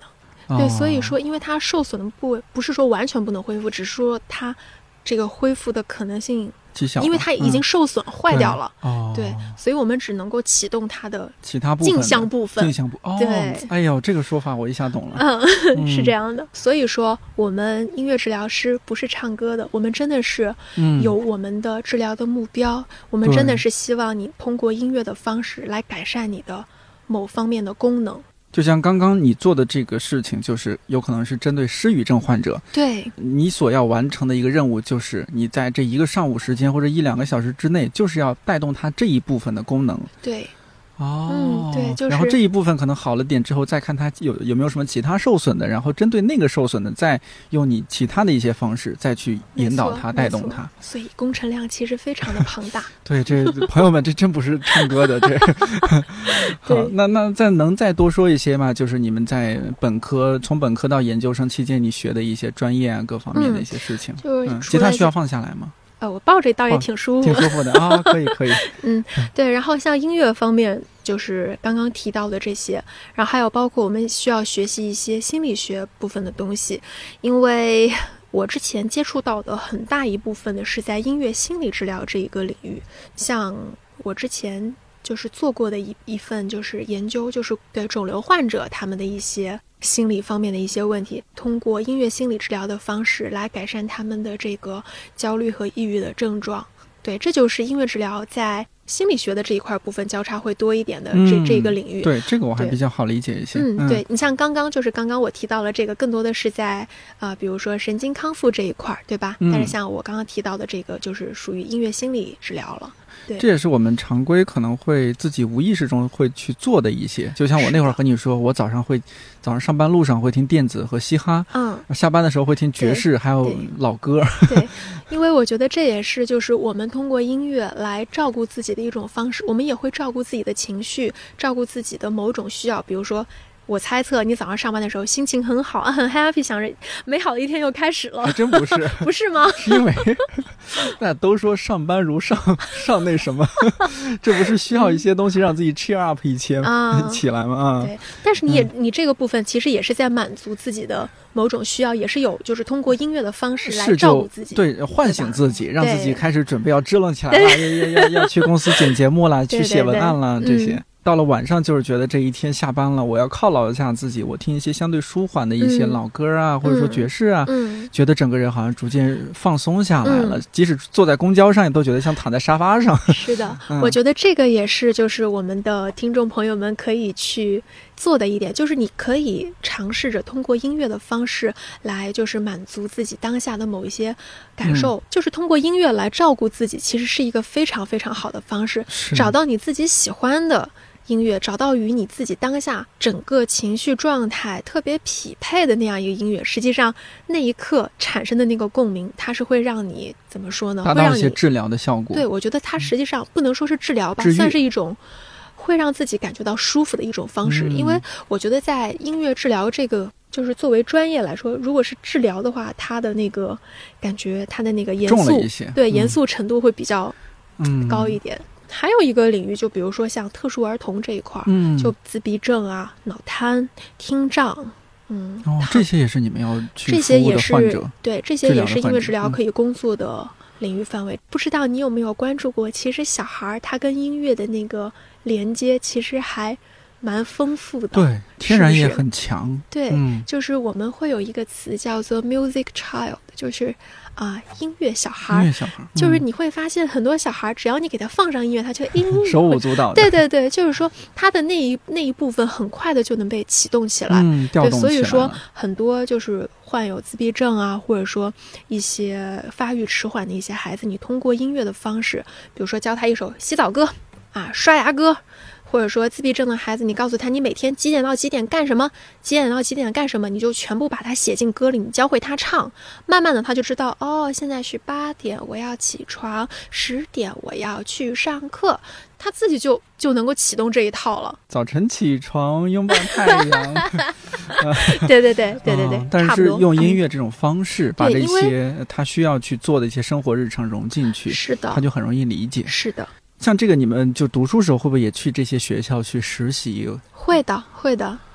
C: 对，所以说因为它受损的部位不是说完全不能恢复，只是说它这个恢复的可能性因为它已经受损、嗯、坏掉了、哦、对，所以我们只能够启动它的
B: 其他部分
C: 镜像部分
B: 镜像部哦，
C: 对，
B: 哎呦这个说法我一下懂了。
C: 嗯，是这样的。所以说我们音乐治疗师不是唱歌的，我们真的是有我们的治疗的目标、嗯、我们真的是希望你通过音乐的方式来改善你的某方面的功能。
B: 就像刚刚你做的这个事情，就是有可能是针对失语症患者，
C: 对，
B: 你所要完成的一个任务，就是你在这一个上午时间或者一两个小时之内，就是要带动它这一部分的功能。
C: 对，
B: 哦，
C: 嗯，对，就是，
B: 然后这一部分可能好了点之后，再看它有有没有什么其他受损的，然后针对那个受损的，再用你其他的一些方式再去引导它、带动它。
C: 所以工程量其实非常的庞大。
B: 对，这朋友们，这真不是唱歌的。这好，那那再能再多说一些吗？就是你们在本科从本科到研究生期间，你学的一些专业啊，各方面的一些事情。
C: 嗯，就是、
B: 嗯、吉他需要放下来吗？
C: 呃，我抱着倒也挺舒服，
B: 挺舒服的啊、哦，可以可以。
C: 嗯，对。然后像音乐方面，就是刚刚提到的这些，然后还有包括我们需要学习一些心理学部分的东西，因为我之前接触到的很大一部分的是在音乐心理治疗这一个领域，像我之前就是做过的一一份就是研究，就是对肿瘤患者他们的一些心理方面的一些问题，通过音乐心理治疗的方式来改善他们的这个焦虑和抑郁的症状。对，这就是音乐治疗在心理学的这一块部分交叉会多一点的这、嗯、这个领域。
B: 对，这个我还比较好理解一些。
C: 嗯，嗯对，你像刚刚就是刚刚我提到了这个，更多的是在啊、呃，比如说神经康复这一块，对吧？嗯、但是像我刚刚提到的这个，就是属于音乐心理治疗了。对，
B: 这也是我们常规可能会自己无意识中会去做的一些，就像我那会儿和你说，我早上会早上上班路上会听电子和嘻哈，
C: 嗯，
B: 下班的时候会听爵士还有老歌。
C: 对，因为我觉得这也是就是我们通过音乐来照顾自己的一种方式，我们也会照顾自己的情绪，照顾自己的某种需要，比如说我猜测你早上上班的时候心情很好，很 happy， 想着美好的一天又开始了。
B: 还真不是。
C: 不是吗？
B: 是因为那都说上班如上上那什么，这不是需要一些东西让自己 cheer up 一切、啊、起来吗？啊，
C: 对。但是你也、嗯、你这个部分其实也是在满足自己的某种需要，也是有就是通过音乐的方式来照顾自己，
B: 对，唤醒自己，让自己开始准备要支棱起来了，要要要要去公司剪节目了，去写文案了，这些。嗯，到了晚上就是觉得这一天下班了，我要犒劳一下自己，我听一些相对舒缓的一些老歌啊、嗯、或者说爵士啊、嗯、觉得整个人好像逐渐放松下来了、嗯、即使坐在公交上也都觉得像躺在沙发上。
C: 是的、嗯、我觉得这个也是就是我们的听众朋友们可以去做的一点，就是你可以尝试着通过音乐的方式来就是满足自己当下的某一些感受、嗯、就是通过音乐来照顾自己，其实是一个非常非常好的方式，找到你自己喜欢的音乐，找到与你自己当下整个情绪状态特别匹配的那样一个音乐，实际上那一刻产生的那个共鸣，它是会让你怎么说呢？
B: 达到一些治疗的效果。
C: 对，我觉得它实际上不能说是治疗吧，算是一种会让自己感觉到舒服的一种方式、嗯、因为我觉得在音乐治疗这个就是作为专业来说，如果是治疗的话，它的那个感觉它的那个严肃
B: 重了一些，
C: 对、
B: 嗯、
C: 严肃程度会比较高一点、嗯，还有一个领域，就比如说像特殊儿童这一块，嗯，就自闭症啊、脑瘫、听障，嗯，
B: 哦，这些也是你们要去
C: 这些也
B: 服务的患者，
C: 对，这些也是音乐治疗可以工作的领域范围。嗯、不知道你有没有关注过？其实小孩他跟音乐的那个连接其实还蛮丰富的，
B: 对，天然也很强。
C: 对、嗯，就是我们会有一个词叫做 music child， 就是啊、呃，音乐小孩。
B: 音乐小孩、嗯，
C: 就是你会发现很多小孩，只要你给他放上音乐，他就音
B: 手舞足蹈的。
C: 对对对，就是说他的那一那一部分很快的就能被启动起来，
B: 嗯，调动起来了。
C: 对，所以说很多就是患有自闭症啊，或者说一些发育迟缓的一些孩子，你通过音乐的方式，比如说教他一首洗澡歌啊、刷牙歌。或者说自闭症的孩子，你告诉他你每天几点到几点干什么，几点到几点干什么，你就全部把它写进歌里，你教会他唱，慢慢的他就知道，哦，现在是八点我要起床，十点我要去上课，他自己就就能够启动这一套了。
B: 早晨起床拥抱太阳
C: 对对对对对对、
B: 哦、但是用音乐这种方式、嗯、把这些他需要去做的一些生活日常融进去，
C: 是的，
B: 他就很容易理解。
C: 是的，像
B: 这个你们就读书时候会不会也去这些学校去实习？
C: 会的会的，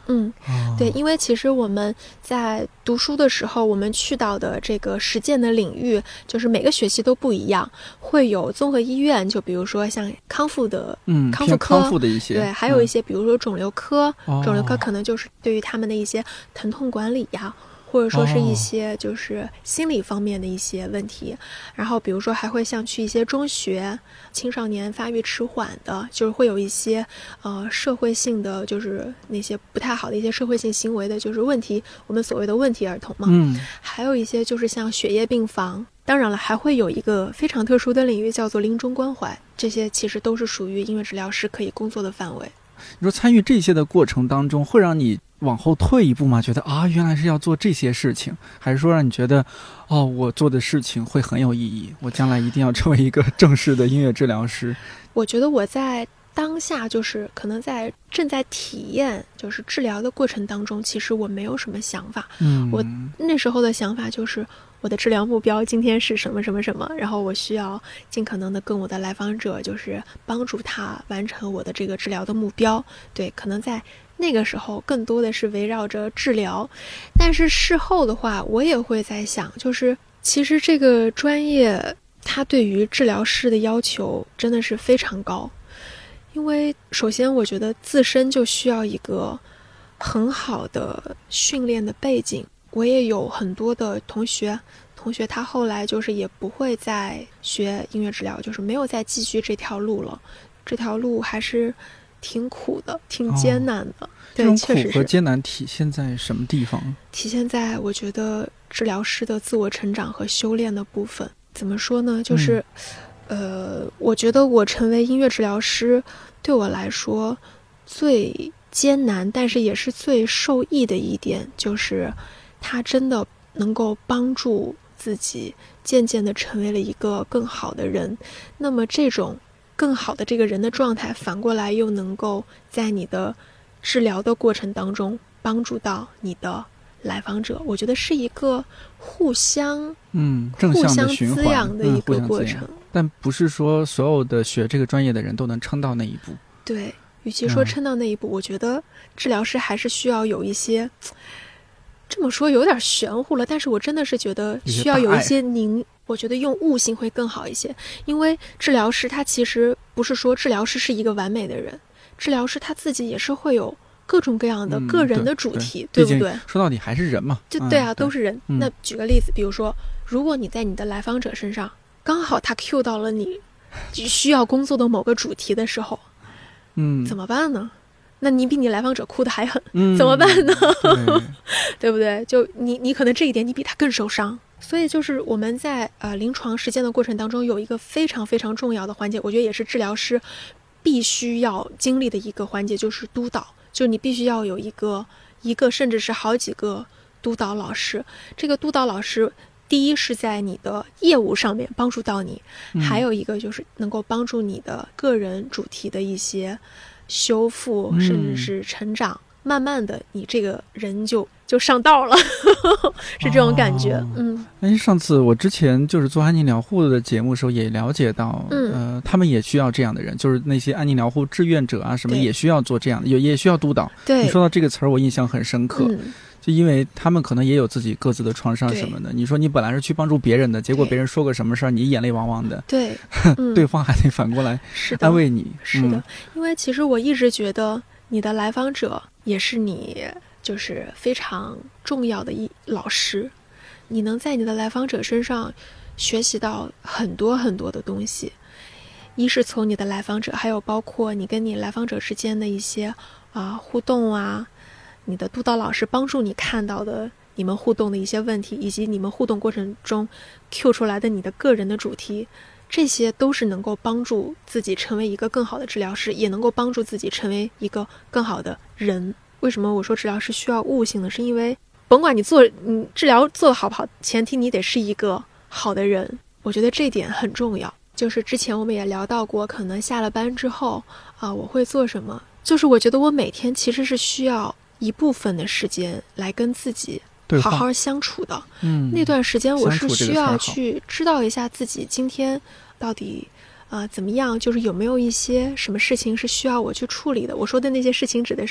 C: 嗯，
B: 哦、
C: 对，因为其实我们在读书的时候，我们去到的这个实践的领域，就是每个学期都不一样，会有综合医院，就比如说像康复的，
B: 嗯，
C: 康复科，
B: 康复的一些，
C: 对，还有一些、嗯、比如说肿瘤科，
B: 哦、
C: 肿瘤科可能就是对于他们的一些疼痛管理呀。或者说是一些就是心理方面的一些问题、哦、然后比如说还会像去一些中学，青少年发育迟缓的，就是会有一些呃社会性的，就是那些不太好的一些社会性行为的就是问题，我们所谓的问题儿童嘛。
B: 嗯，
C: 还有一些就是像血液病房，当然了还会有一个非常特殊的领域叫做临终关怀，这些其实都是属于音乐治疗师可以工作的范围。
B: 你说参与这些的过程当中会让你往后退一步吗？觉得啊，原来是要做这些事情，还是说让你觉得哦，我做的事情会很有意义，我将来一定要成为一个正式的音乐治疗师？
C: 我觉得我在当下就是可能在正在体验就是治疗的过程当中，其实我没有什么想法。
B: 嗯，
C: 我那时候的想法就是我的治疗目标今天是什么什么什么，然后我需要尽可能的跟我的来访者就是帮助他完成我的这个治疗的目标。对，可能在那个时候更多的是围绕着治疗，但是事后的话我也会在想，就是其实这个专业它对于治疗师的要求真的是非常高。因为首先我觉得自身就需要一个很好的训练的背景，我也有很多的同学同学他后来就是也不会再学音乐治疗，就是没有再继续这条路了，这条路还是挺苦的，挺艰难的、哦、对，
B: 这种苦和艰难体现在什么地方？
C: 体现在我觉得治疗师的自我成长和修炼的部分。怎么说呢，就是、嗯、呃，我觉得我成为音乐治疗师对我来说最艰难但是也是最受益的一点，就是它真的能够帮助自己渐渐地成为了一个更好的人。那么这种更好的这个人的状态反过来又能够在你的治疗的过程当中帮助到你的来访者，我觉得是一个互相
B: 嗯正向的循环，
C: 互相滋养的一个过程、嗯、
B: 但不是说所有的学这个专业的人都能撑到那一步。
C: 对，与其说撑到那一步、嗯、我觉得治疗师还是需要有一些，这么说有点玄乎了，但是我真的是觉得需要有一些凝，我觉得用悟性会更好一些。因为治疗师他其实不是说治疗师是一个完美的人，治疗师他自己也是会有各种各样的个人的主题、嗯、对, 对不对？
B: 说到底还是人嘛，
C: 就对啊、嗯、都是人、
B: 嗯、
C: 那举个例子，比如说如果你在你的来访者身上刚好他 cue 到了你需要工作的某个主题的时候，
B: 嗯，
C: 怎么办呢？那你比你来访者哭得还狠、
B: 嗯、
C: 怎么办呢？
B: 对,
C: 对不对？就你你可能这一点你比他更受伤。所以就是我们在呃临床实践的过程当中有一个非常非常重要的环节，我觉得也是治疗师必须要经历的一个环节，就是督导。就你必须要有一个一个甚至是好几个督导老师。这个督导老师第一是在你的业务上面帮助到你、嗯、还有一个就是能够帮助你的个人主题的一些修复、嗯、甚至是成长，慢慢的你这个人就就上道了是这种感觉、哦、嗯。
B: 哎，上次我之前就是做安宁疗护的节目的时候也了解到、嗯、呃，他们也需要这样的人，就是那些安宁疗护志愿者啊什么也需要做这样的，也也需要督导。
C: 对，
B: 你说到这个词儿我印象很深刻、
C: 嗯，
B: 就因为他们可能也有自己各自的创伤什么的，你说你本来是去帮助别人的，结果别人说个什么事儿你眼泪汪汪的，
C: 对、嗯、
B: 对方还得反过来安慰你。
C: 是的，是的、嗯、因为其实我一直觉得你的来访者也是你就是非常重要的一老师，你能在你的来访者身上学习到很多很多的东西，一是从你的来访者，还有包括你跟你来访者之间的一些啊、呃、互动啊，你的督导老师帮助你看到的你们互动的一些问题，以及你们互动过程中 Q 出来的你的个人的主题，这些都是能够帮助自己成为一个更好的治疗师，也能够帮助自己成为一个更好的人。为什么我说治疗师需要悟性呢？是因为甭管你做你治疗做得好不好，前提你得是一个好的人，我觉得这点很重要。就是之前我们也聊到过，可能下了班之后啊、呃，我会做什么，就是我觉得我每天其实是需要一部分的时间来跟自己好好相处的。
B: 嗯，
C: 那段时间我是需要去知道一下自己今天到底呃怎么样，就是有没有一些什么事情是需要我去处理的。我说的那些事情指的是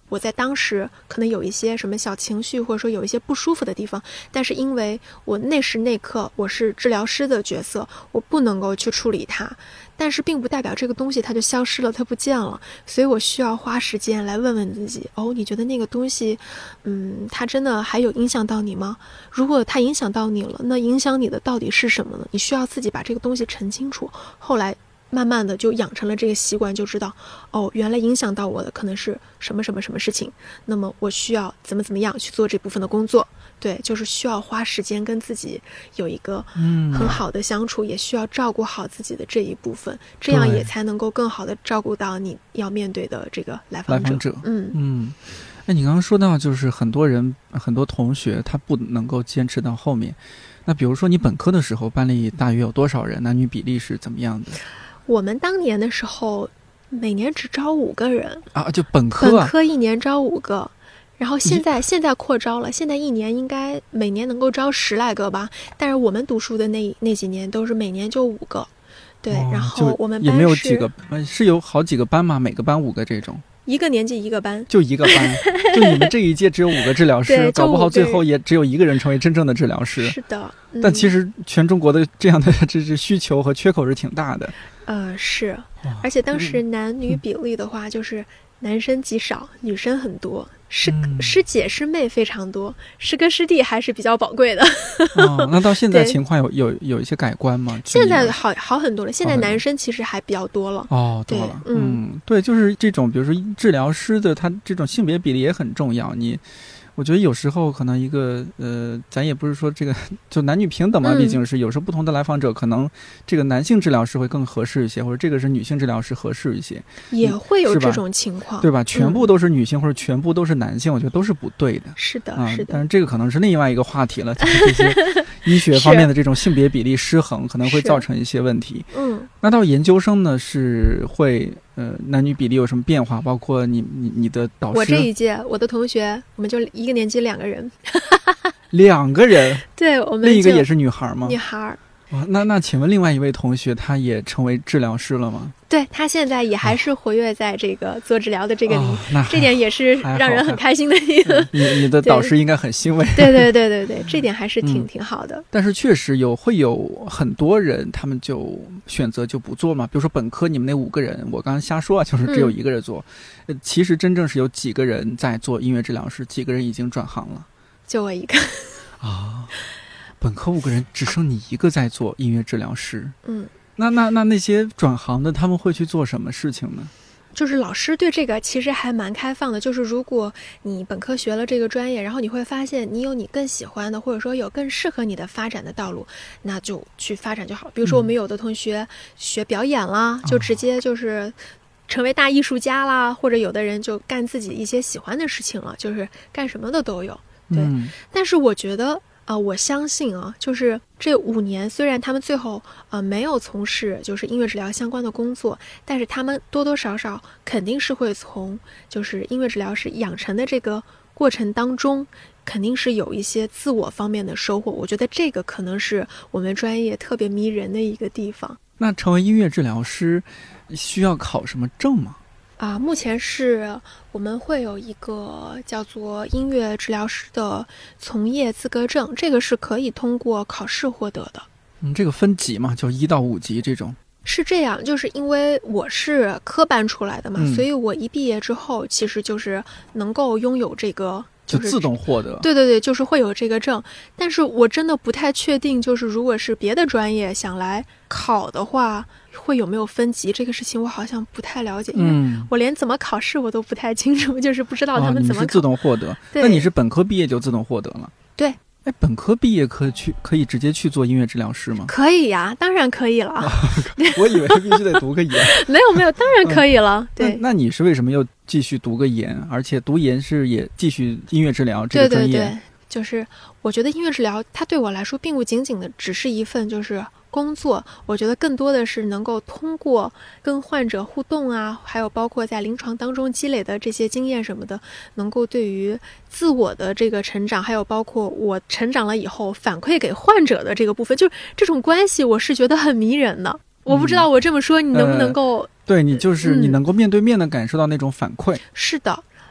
C: 我在当时可能有一些什么小情绪，或者说有一些不舒服的地方，但是因为我那时那刻我是治疗师的角色，我不能够去处理它，但是并不代表这个东西它就消失了，它不见了，所以我需要花时间来问问自己，哦，你觉得那个东西嗯，它真的还有影响到你吗？如果它影响到你了，那影响你的到底是什么呢？你需要自己把这个东西澄清楚，后来慢慢的就养成了这个习惯，就知道哦，原来影响到我的可能是什么什么什么事情，那么我需要怎么怎么样去做这部分的工作。对，就是需要花时间跟自己有一个很好的相处、嗯、也需要照顾好自己的这一部分，这样也才能够更好的照顾到你要面对的这个来访者。
B: 来访者
C: 嗯
B: 嗯，哎，你刚刚说到就是很多人很多同学他不能够坚持到后面，那比如说你本科的时候班里大约有多少人，男女比例是怎么样的？
C: 我们当年的时候每年只招五个人
B: 啊，就本科、啊、
C: 本科一年招五个，然后现在现在扩招了，现在一年应该每年能够招十来个吧，但是我们读书的那那几年都是每年就五个。对、哦、然后我们班
B: 也没有几个，是有好几个班吗？每个班五个这种？
C: 一个年级一个班，
B: 就一个班，就你们这一届只有五个治疗师，搞不好最后也只有一个人成为真正的治疗师。
C: 是的、嗯，
B: 但其实全中国的这样的这这需求和缺口是挺大的。
C: 呃，是，而且当时男女比例的话，就是男生极少，嗯、女生很多，师、嗯、师姐师妹非常多，师哥师弟还是比较宝贵的。
B: 哦，那到现在情况有有有一些改观吗？
C: 现在好好很多了，现在男生其实还比较多了。
B: 哦，多了，嗯，嗯对，就是这种，比如说治疗师的他这种性别比例也很重要，你。我觉得有时候可能一个呃，咱也不是说这个就男女平等嘛，毕竟是有时候不同的来访者，可能这个男性治疗师会更合适一些，或者这个是女性治疗师合适一些，
C: 也会有这种情况，
B: 对吧？全部都是女性、嗯、或者全部都是男性，我觉得都是不对的。
C: 是的，
B: 啊、
C: 是的。
B: 但是这个可能是另外一个话题了，就是这些医学方面的这种性别比例失衡，可能会造成一些问题。
C: 嗯，
B: 那到研究生呢，是会。呃，男女比例有什么变化？包括你你你的导师，
C: 我这一届我的同学，我们就一个年级两个人，
B: 两个人，
C: 对，我们
B: 另一个也是女孩吗？
C: 女孩。
B: 哦、那那请问另外一位同学，他也成为治疗师了吗？
C: 对，他现在也还是活跃在这个做治疗的这个领域、
B: 哦、
C: 这点也是让人很开心的一个。
B: 你你的导师应该很欣慰。
C: 对对对对对，这点还是挺、嗯、挺好的。
B: 但是确实有会有很多人，他们就选择就不做嘛。比如说本科你们那五个人，我刚刚瞎说啊，就是只有一个人做。嗯、其实真正是有几个人在做音乐治疗师，几个人已经转行了。
C: 就我一个。
B: 啊。本科五个人，只剩你一个在做音乐治疗师。
C: 嗯，
B: 那那那那些转行的，他们会去做什么事情呢？
C: 就是老师对这个其实还蛮开放的，就是如果你本科学了这个专业，然后你会发现你有你更喜欢的，或者说有更适合你的发展的道路，那就去发展就好。比如说我们有的同学学表演啦，嗯、就直接就是成为大艺术家啦，或者有的人就干自己一些喜欢的事情了，就是干什么的都有。对，
B: 嗯、
C: 但是我觉得。啊、呃，我相信啊，就是这五年，虽然他们最后呃没有从事就是音乐治疗相关的工作，但是他们多多少少肯定是会从就是音乐治疗师养成的这个过程当中，肯定是有一些自我方面的收获。我觉得这个可能是我们专业特别迷人的一个地方。
B: 那成为音乐治疗师需要考什么证吗？
C: 啊，目前是我们会有一个叫做音乐治疗师的从业资格证，这个是可以通过考试获得的。
B: 嗯，这个分级嘛，就一到五级这种。
C: 是这样，就是因为我是科班出来的嘛、
B: 嗯，
C: 所以我一毕业之后，其实就是能够拥有这个。
B: 就自动获得，
C: 对对对，就是会有这个证，但是我真的不太确定，就是如果是别的专业想来考的话，会有没有分级这个事情，我好像不太了解，因为我连怎么考试我都不太清楚，就是不知道他们怎么考。哦、
B: 你是自动获得，那你是本科毕业就自动获得了？
C: 对。
B: 哎，本科毕业可去可以直接去做音乐治疗师吗？
C: 可以呀，当然可以了。哦、
B: 我以为必须得读个研。
C: 没有没有，当然可以了。嗯、对
B: 那，那你是为什么又继续读个研，而且读研是也继续音乐治疗这个专业？
C: 对对对，就是我觉得音乐治疗它对我来说并不仅仅的只是一份就是工作，我觉得更多的是能够通过跟患者互动啊，还有包括在临床当中积累的这些经验什么的，能够对于自我的这个成长，还有包括我成长了以后反馈给患者的这个部分，就这种关系我是觉得很迷人的。我不知道我这么说你能不能够、
B: 呃、对你就是你能够面对面的感受到那种反馈、
C: 嗯、是的。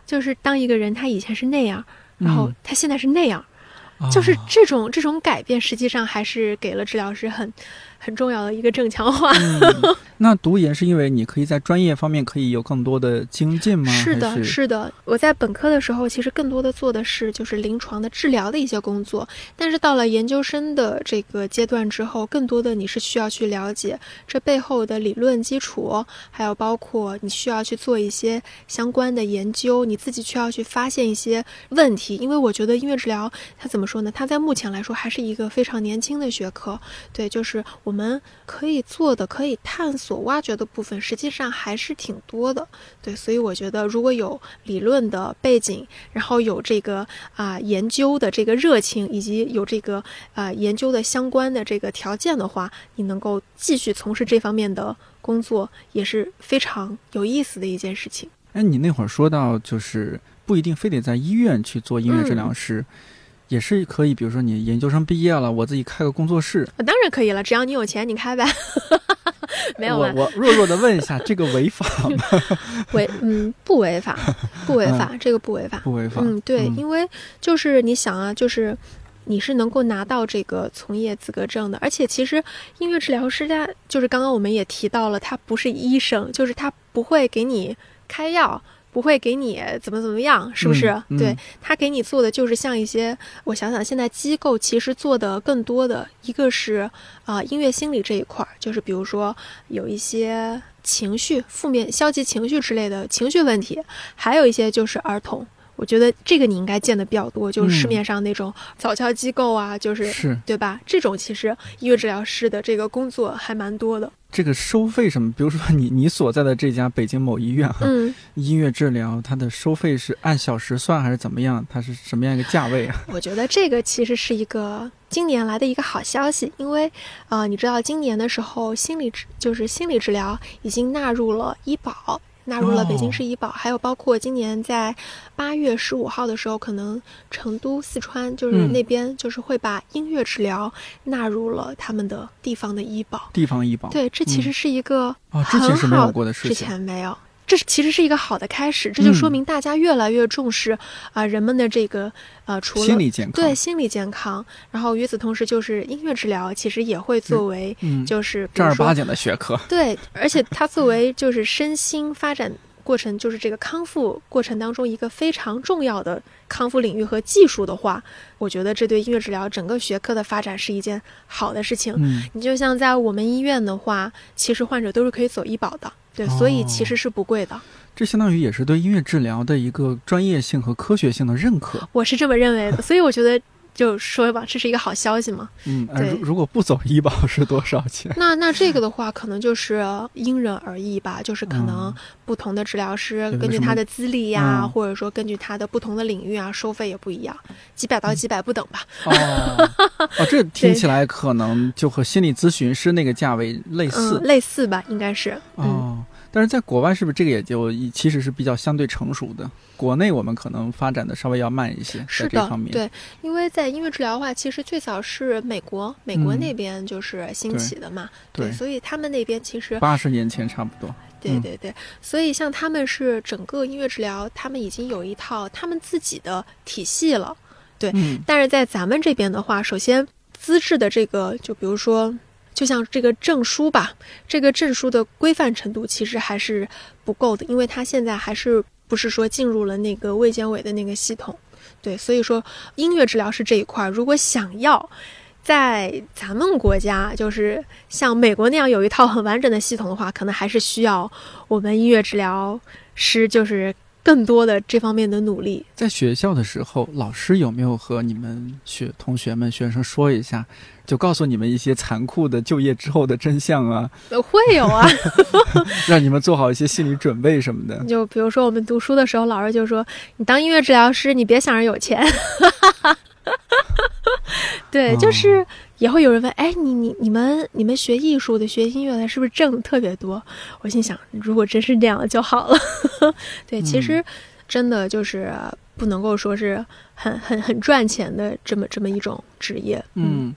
C: 就是当一个人他以前是那样，然后他现在是那样，
B: 嗯、
C: 就是这种、哦、这种改变，实际上还是给了治疗师很很重要的一个正强化。
B: 嗯、那读研是因为你可以在专业方面可以有更多的精进吗？
C: 是的，
B: 是,
C: 是的。我在本科的时候，其实更多的做的是就是临床的治疗的一些工作，但是到了研究生的这个阶段之后，更多的你是需要去了解这背后的理论基础，还有包括你需要去做一些相关的研究，你自己需要去发现一些问题。因为我觉得音乐治疗它怎么说呢，它在目前来说还是一个非常年轻的学科，对，就是我们可以做的可以探索挖掘的部分实际上还是挺多的，对，所以我觉得如果有理论的背景，然后有这个啊、呃、研究的这个热情，以及有这个啊、呃、研究的相关的这个条件的话，你能够继续从事这方面的工作，也是非常有意思的一件事情。
B: 哎，你那会儿说到就是不一定非得在医院去做音乐治疗师、嗯也是可以，比如说你研究生毕业了，我自己开个工作室，
C: 当然可以了，只要你有钱，你开呗。没有
B: 我我弱弱的问一下，这个违法吗？
C: 违嗯不违法，不违法、嗯，这个不违法，
B: 不违法。
C: 嗯，对，
B: 嗯、
C: 因为就是你想啊，就是你是能够拿到这个从业资格证的，而且其实音乐治疗师他就是刚刚我们也提到了，他不是医生，就是他不会给你开药。不会给你怎么怎么样，是不是？
B: 嗯嗯、
C: 对，他给你做的就是像一些，我想想，现在机构其实做的更多的一个是啊、呃、音乐心理这一块，就是比如说有一些情绪、负面、消极情绪之类的情绪问题，还有一些就是儿童。我觉得这个你应该见的比较多，就是市面上那种早教机构啊，嗯、就是
B: 是
C: 对吧？这种其实音乐治疗师的这个工作还蛮多的。
B: 这个收费什么？比如说你你所在的这家北京某医院哈、
C: 嗯，
B: 音乐治疗它的收费是按小时算还是怎么样？它是什么样一个价位啊？
C: 我觉得这个其实是一个今年来的一个好消息，因为啊、呃，你知道今年的时候，心理就是心理治疗已经纳入了医保。纳入了北京市医保、哦、还有包括今年在八月十五号的时候，可能成都、四川就是那边就是会把音乐治疗纳入了他们的地方的医保。
B: 地方医保，
C: 对，这其实是一个
B: 很好、嗯哦、之前是没有过的事情，
C: 之前没有。这其实是一个好的开始，这就说明大家越来越重视啊、嗯呃、人们的这个呃除了
B: 心理健康，
C: 对心理健康，然后与此同时就是音乐治疗其实也会作为就是
B: 正儿八经的学科，
C: 对，而且它作为就是身心发展过程，就是这个康复过程当中一个非常重要的康复领域和技术的话，我觉得这对音乐治疗整个学科的发展是一件好的事情。
B: 嗯，
C: 你就像在我们医院的话，其实患者都是可以走医保的。对，所以其实是不贵的、哦、
B: 这相当于也是对音乐治疗的一个专业性和科学性的认可，
C: 我是这么认为的，所以我觉得就说吧，这是一个好消息嘛。
B: 嗯，对。如果不走医保是多少钱？
C: 那那这个的话，可能就是因人而异吧，就是可能不同的治疗师、嗯、根据他的资历呀、嗯，或者说根据他的不同的领域啊，收费也不一样，几百到几百不等吧。
B: 哦，哦，这听起来可能就和心理咨询师那个价位类似，
C: 嗯、类似吧，应该是。
B: 哦。
C: 嗯，
B: 但是在国外是不是这个也就其实是比较相对成熟的？国内我们可能发展的稍微要慢一些，
C: 是的，
B: 在这方面。
C: 对，因为在音乐治疗的话，其实最早是美国，美国那边就是兴起的嘛，嗯、对, 对，所以他们那边其实
B: 八十年前差不多。
C: 对对对、嗯，所以像他们是整个音乐治疗，他们已经有一套他们自己的体系了，对。
B: 嗯、
C: 但是在咱们这边的话，首先资质的这个，就比如说。就像这个证书吧，这个证书的规范程度其实还是不够的，因为它现在还是不是说进入了那个卫健委的那个系统，对，所以说音乐治疗师这一块，如果想要在咱们国家就是像美国那样有一套很完整的系统的话，可能还是需要我们音乐治疗师就是更多的这方面的努力。
B: 在学校的时候，老师有没有和你们学同学们学生说一下，就告诉你们一些残酷的就业之后的真相啊？
C: 会有啊
B: 让你们做好一些心理准备什么的。
C: 就比如说我们读书的时候，老师就说你当音乐治疗师你别想着有钱对，就是也会有人问，哎，你你你们你们学艺术的学音乐的是不是挣的特别多？我心想如果真是这样就好了对，其实真的就是不能够说是很很很赚钱的这么这么一种职业。
B: 嗯，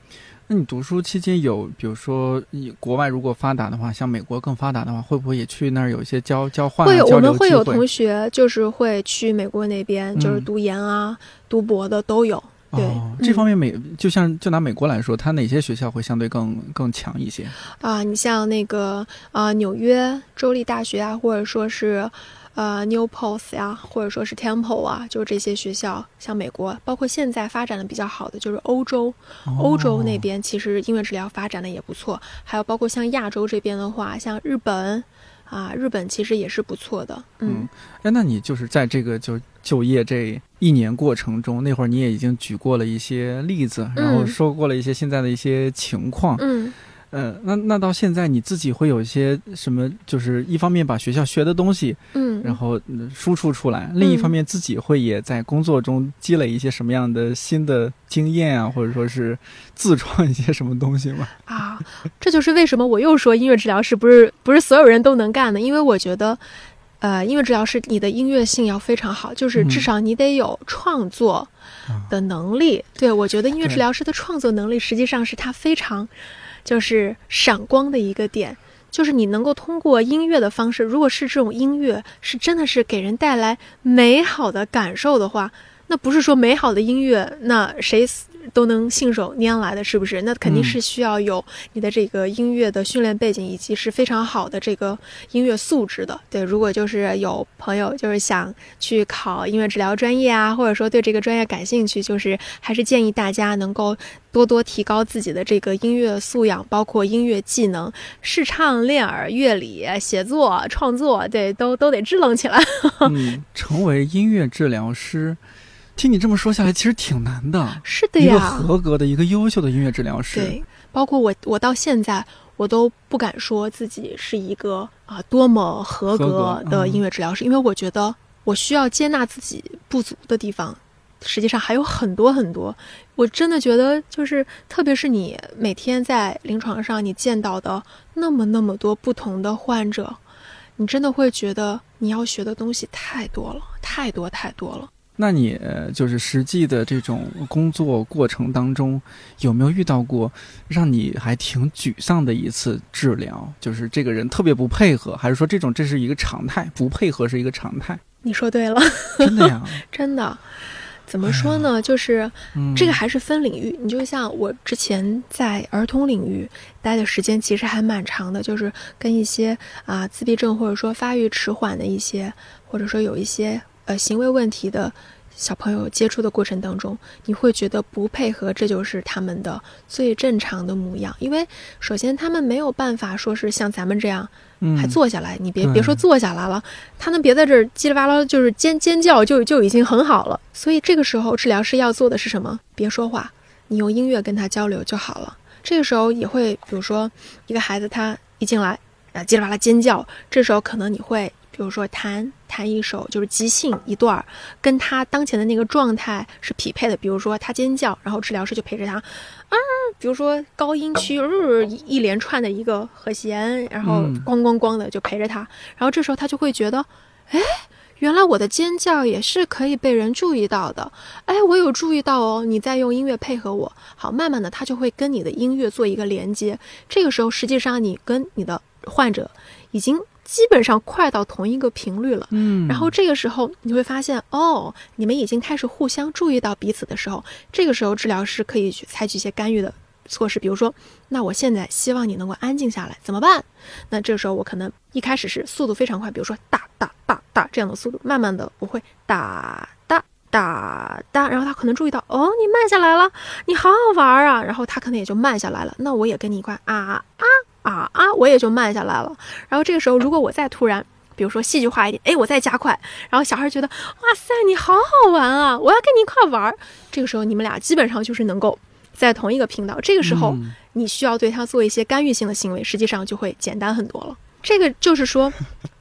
B: 那你读书期间有，比如说国外如果发达的话，像美国更发达的话，会不会也去那儿有一些交交换、啊、
C: 会有，我们会有
B: 交流机会
C: 同学就是会去美国那边，
B: 嗯、
C: 就是读研啊、读博的都有。对、
B: 哦，这方面美、嗯、就像就拿美国来说，它哪些学校会相对更更强一些
C: 啊？你像那个啊纽约州立大学啊，或者说是呃 Newport 呀、啊，或者说是 Temple 啊，就是这些学校，像美国，包括现在发展的比较好的就是欧洲，
B: 哦、
C: 欧洲那边其实音乐治疗发展的也不错，还有包括像亚洲这边的话，像日本。啊，日本其实也是不错的，嗯，
B: 哎、嗯，那你就是在这个就就业这一年过程中，那会儿你也已经举过了一些例子，然后说过了一些现在的一些情况，
C: 嗯，
B: 呃，那那到现在你自己会有一些什么？就是一方面把学校学的东西，
C: 嗯，
B: 然后输出出来，另一方面自己会也在工作中积累一些什么样的新的经验啊，或者说是自创一些什么东西吗？
C: 啊，这就是为什么我又说音乐治疗师不是不是所有人都能干的，因为我觉得，呃，音乐治疗师你的音乐性要非常好，就是至少你得有创作的能力。嗯、对，我觉得音乐治疗师的创作能力实际上是他非常。就是闪光的一个点，就是你能够通过音乐的方式，如果是这种音乐是真的是给人带来美好的感受的话，那不是说美好的音乐那谁都能信手拈来的，是不是？那肯定是需要有你的这个音乐的训练背景，以及是非常好的这个音乐素质的。对，如果就是有朋友就是想去考音乐治疗专业啊，或者说对这个专业感兴趣，就是还是建议大家能够多多提高自己的这个音乐素养，包括音乐技能，视唱练耳、乐理、写作、创作，对，都都得支棱起来。
B: 嗯，成为音乐治疗师。听你这么说下来，其实挺难的。
C: 是的呀，
B: 一个合格的、一个优秀的音乐治疗师。
C: 对，包括我，我到现在我都不敢说自己是一个啊多么合格的音乐治疗师，嗯、因为我觉得我需要接纳自己不足的地方，实际上还有很多很多。我真的觉得，就是特别是你每天在临床上你见到的那么那么多不同的患者，你真的会觉得你要学的东西太多了，太多太多了。
B: 那你就是实际的这种工作过程当中，有没有遇到过让你还挺沮丧的一次治疗？就是这个人特别不配合，还是说这种这是一个常态，不配合是一个常态？
C: 你说对了，
B: 真的呀，
C: 真的。怎么说呢？哎、就是、嗯、这个还是分领域。你就像我之前在儿童领域待的时间其实还蛮长的，就是跟一些啊、呃、自闭症或者说发育迟缓的一些，或者说有一些呃行为问题的小朋友接触的过程当中，你会觉得不配合，这就是他们的最正常的模样。因为首先他们没有办法说是像咱们这样。还坐下来，你别别说坐下来了，他能别在这儿叽里哇啦就是尖尖叫就就已经很好了。所以这个时候治疗师要做的是什么？别说话，你用音乐跟他交流就好了。这个时候也会，比如说一个孩子他一进来啊叽里哇啦尖叫，这时候可能你会比如说弹弹一首就是即兴一段，跟他当前的那个状态是匹配的。比如说他尖叫，然后治疗师就陪着他啊，比如说高音区、呃、一连串的一个和弦，然后咣咣咣的就陪着他，然后这时候他就会觉得，哎，原来我的尖叫也是可以被人注意到的，哎，我有注意到哦，你在用音乐配合我。好，慢慢的他就会跟你的音乐做一个连接，这个时候实际上你跟你的患者已经基本上快到同一个频率了，嗯，然后这个时候你会发现，哦，你们已经开始互相注意到彼此的时候，这个时候治疗师可以去采取一些干预的措施，比如说，那我现在希望你能够安静下来，怎么办？那这个时候我可能一开始是速度非常快，比如说哒哒哒哒这样的速度，慢慢的我会哒哒哒哒，然后他可能注意到，哦，你慢下来了，你好好玩啊，然后他可能也就慢下来了，那我也跟你一块啊啊啊啊，我也就慢下来了。然后这个时候如果我再突然比如说戏剧化一点，哎，我再加快，然后小孩觉得哇塞你好好玩啊，我要跟你一块玩，这个时候你们俩基本上就是能够在同一个频道，这个时候你需要对他做一些干预性的行为，实际上就会简单很多了。这个就是说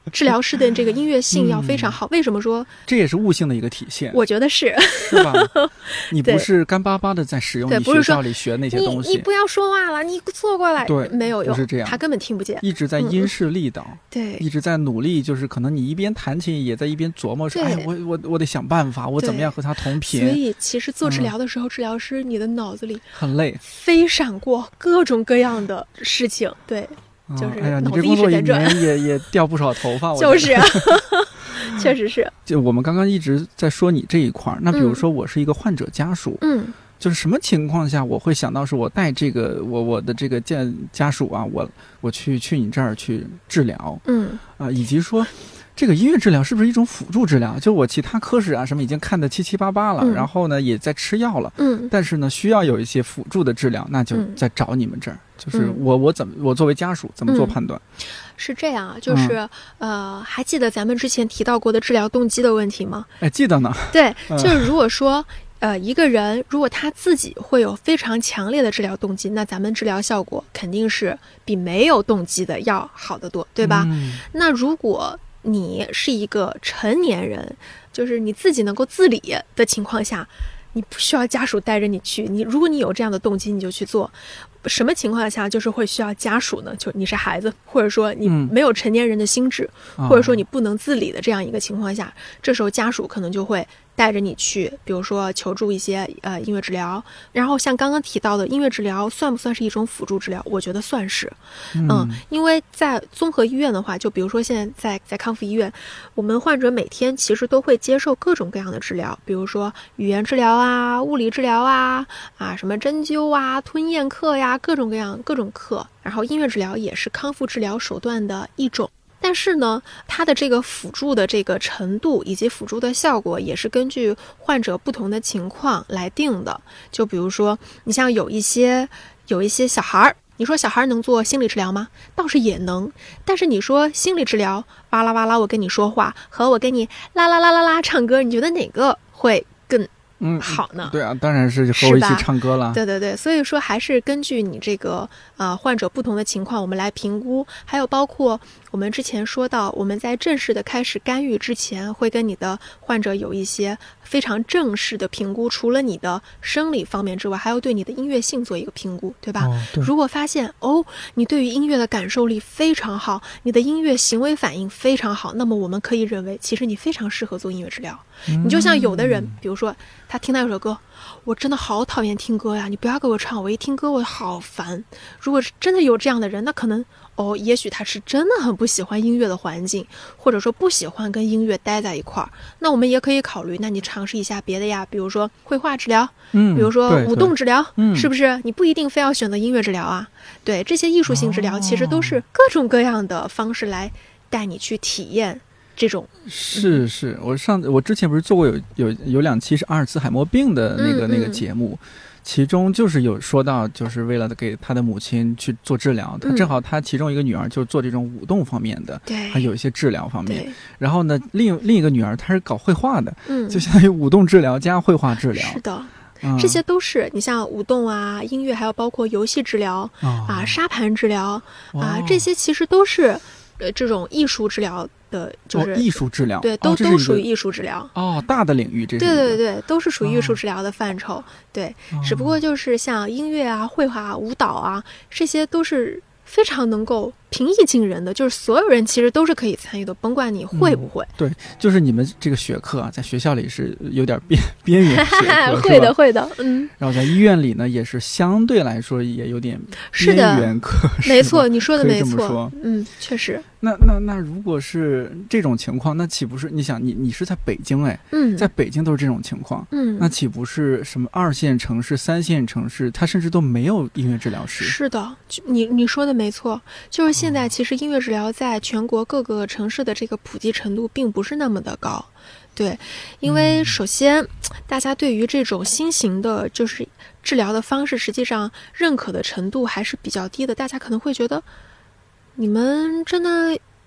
C: 治疗师的这个音乐性要非常好。嗯、为什么说
B: 这也是悟性的一个体现？
C: 我觉得是，
B: 是吧？你不是干巴巴的在使用你学校里学那些东西，
C: 你你不要说话了，你坐过来，
B: 对，
C: 没有用，
B: 不是这样，
C: 他根本听不见，
B: 一直在因势利导，
C: 嗯、对，
B: 一直在努力，就是可能你一边弹琴，也在一边琢磨说，哎，我我我得想办法，我怎么样和他同频。
C: 所以其实做治疗的时候，嗯、治疗师你的脑子里
B: 很累，
C: 飞闪过各种各样的事情，对。就是，
B: 哎呀，你这工作一年也也掉不少头发，
C: 就是、啊，确实是。
B: 就我们刚刚一直在说你这一块儿，那比如说我是一个患者家属，
C: 嗯，
B: 就是什么情况下我会想到是我带这个我我的这个家家属啊，我我去去你这儿去治疗，
C: 嗯
B: 啊、呃，以及说。这个音乐治疗是不是一种辅助治疗？就我其他科室啊什么已经看得七七八八了，
C: 嗯、
B: 然后呢也在吃药了，
C: 嗯，
B: 但是呢需要有一些辅助的治疗，那就在找你们这儿。嗯、就是我我怎么我作为家属怎么做判断？
C: 嗯、是这样啊，就是、嗯、呃，还记得咱们之前提到过的治疗动机的问题吗？
B: 哎，记得呢。
C: 对，就是如果说。呃，一个人如果他自己会有非常强烈的治疗动机，那咱们治疗效果肯定是比没有动机的要好得多，对吧？
B: 嗯、
C: 那如果你是一个成年人，就是你自己能够自理的情况下，你不需要家属带着你去。你如果你有这样的动机，你就去做。什么情况下就是会需要家属呢？就你是孩子，或者说你没有成年人的心智，
B: 嗯、
C: 或者说你不能自理的这样一个情况下，这时候家属可能就会带着你去，比如说求助一些呃音乐治疗。然后像刚刚提到的音乐治疗算不算是一种辅助治疗？我觉得算是。
B: 嗯，
C: 嗯因为在综合医院的话，就比如说现在在在康复医院，我们患者每天其实都会接受各种各样的治疗，比如说语言治疗啊、物理治疗啊、啊什么针灸啊、吞咽课呀，各种各样各种课。然后音乐治疗也是康复治疗手段的一种。但是呢，它的这个辅助的这个程度以及辅助的效果也是根据患者不同的情况来定的。就比如说，你像有一些有一些小孩儿，你说小孩能做心理治疗吗？倒是也能。但是你说心理治疗，哇啦哇啦我跟你说话和我跟你啦啦啦啦啦唱歌，你觉得哪个会更
B: 嗯
C: 好呢？
B: 对啊，当然是和我一起唱歌了。
C: 对对对，所以说还是根据你这个呃患者不同的情况，我们来评估。还有包括我们之前说到，我们在正式的开始干预之前，会跟你的患者有一些非常正式的评估。除了你的生理方面之外，还要对你的音乐性做一个评估，对吧？
B: 哦、对。
C: 如果发现哦，你对于音乐的感受力非常好，你的音乐行为反应非常好，那么我们可以认为，其实你非常适合做音乐治疗。
B: 嗯、
C: 你就像有的人，比如说他听到一首歌，我真的好讨厌听歌呀，你不要给我唱，我一听歌我好烦。如果是真的有这样的人，那可能哦，也许他是真的很不喜欢音乐的环境，或者说不喜欢跟音乐待在一块儿。那我们也可以考虑，那你尝试一下别的呀，比如说绘画治疗，
B: 嗯，
C: 比如说舞动治疗，
B: 嗯，
C: 是不是？你不一定非要选择音乐治疗啊。对，这些艺术性治疗其实都是各种各样的方式来带你去体验。这种
B: 是是，我上我之前不是做过有有有两期是阿尔茨海默病的那个、嗯、那个节目，其中就是有说到，就是为了给他的母亲去做治疗，他正好他其中一个女儿就做这种舞动方面的，
C: 对，
B: 还有一些治疗方面。然后呢，另另一个女儿她是搞绘画的，
C: 嗯，
B: 就相当于舞动治疗加绘画治疗。
C: 是的。嗯、这些都是你像舞动啊、音乐，还有包括游戏治疗、哦、啊、沙盘治疗、哦、啊，这些其实都是呃这种艺术治疗。的就是、
B: 哦、艺术治疗，
C: 对，都、
B: 哦、
C: 都属于艺术治疗。
B: 哦，大的领域，这是
C: 对对对，都是属于艺术治疗的范畴。哦、对、哦，只不过就是像音乐啊、绘画、啊、舞蹈啊，这些都是非常能够平易近人的，就是所有人其实都是可以参与的，甭管你会不会。
B: 嗯、对，就是你们这个学科啊，在学校里是有点边边缘学科，
C: 会的会的，嗯。
B: 然后在医院里呢，也是相对来说也有点边缘科，
C: 没错，你说的没
B: 错，
C: 嗯，确实。
B: 那那那如果是这种情况，那岂不是你想你你是在北京哎，
C: 嗯，
B: 在北京都是这种情况，
C: 嗯，
B: 那岂不是什么二线城市、三线城市，它甚至都没有音乐治疗师？
C: 是的，你你说的没错，就是现在其实音乐治疗在全国各个城市的这个普及程度并不是那么的高。对，因为首先、嗯、大家对于这种新型的就是治疗的方式，实际上认可的程度还是比较低的。大家可能会觉得，你们真的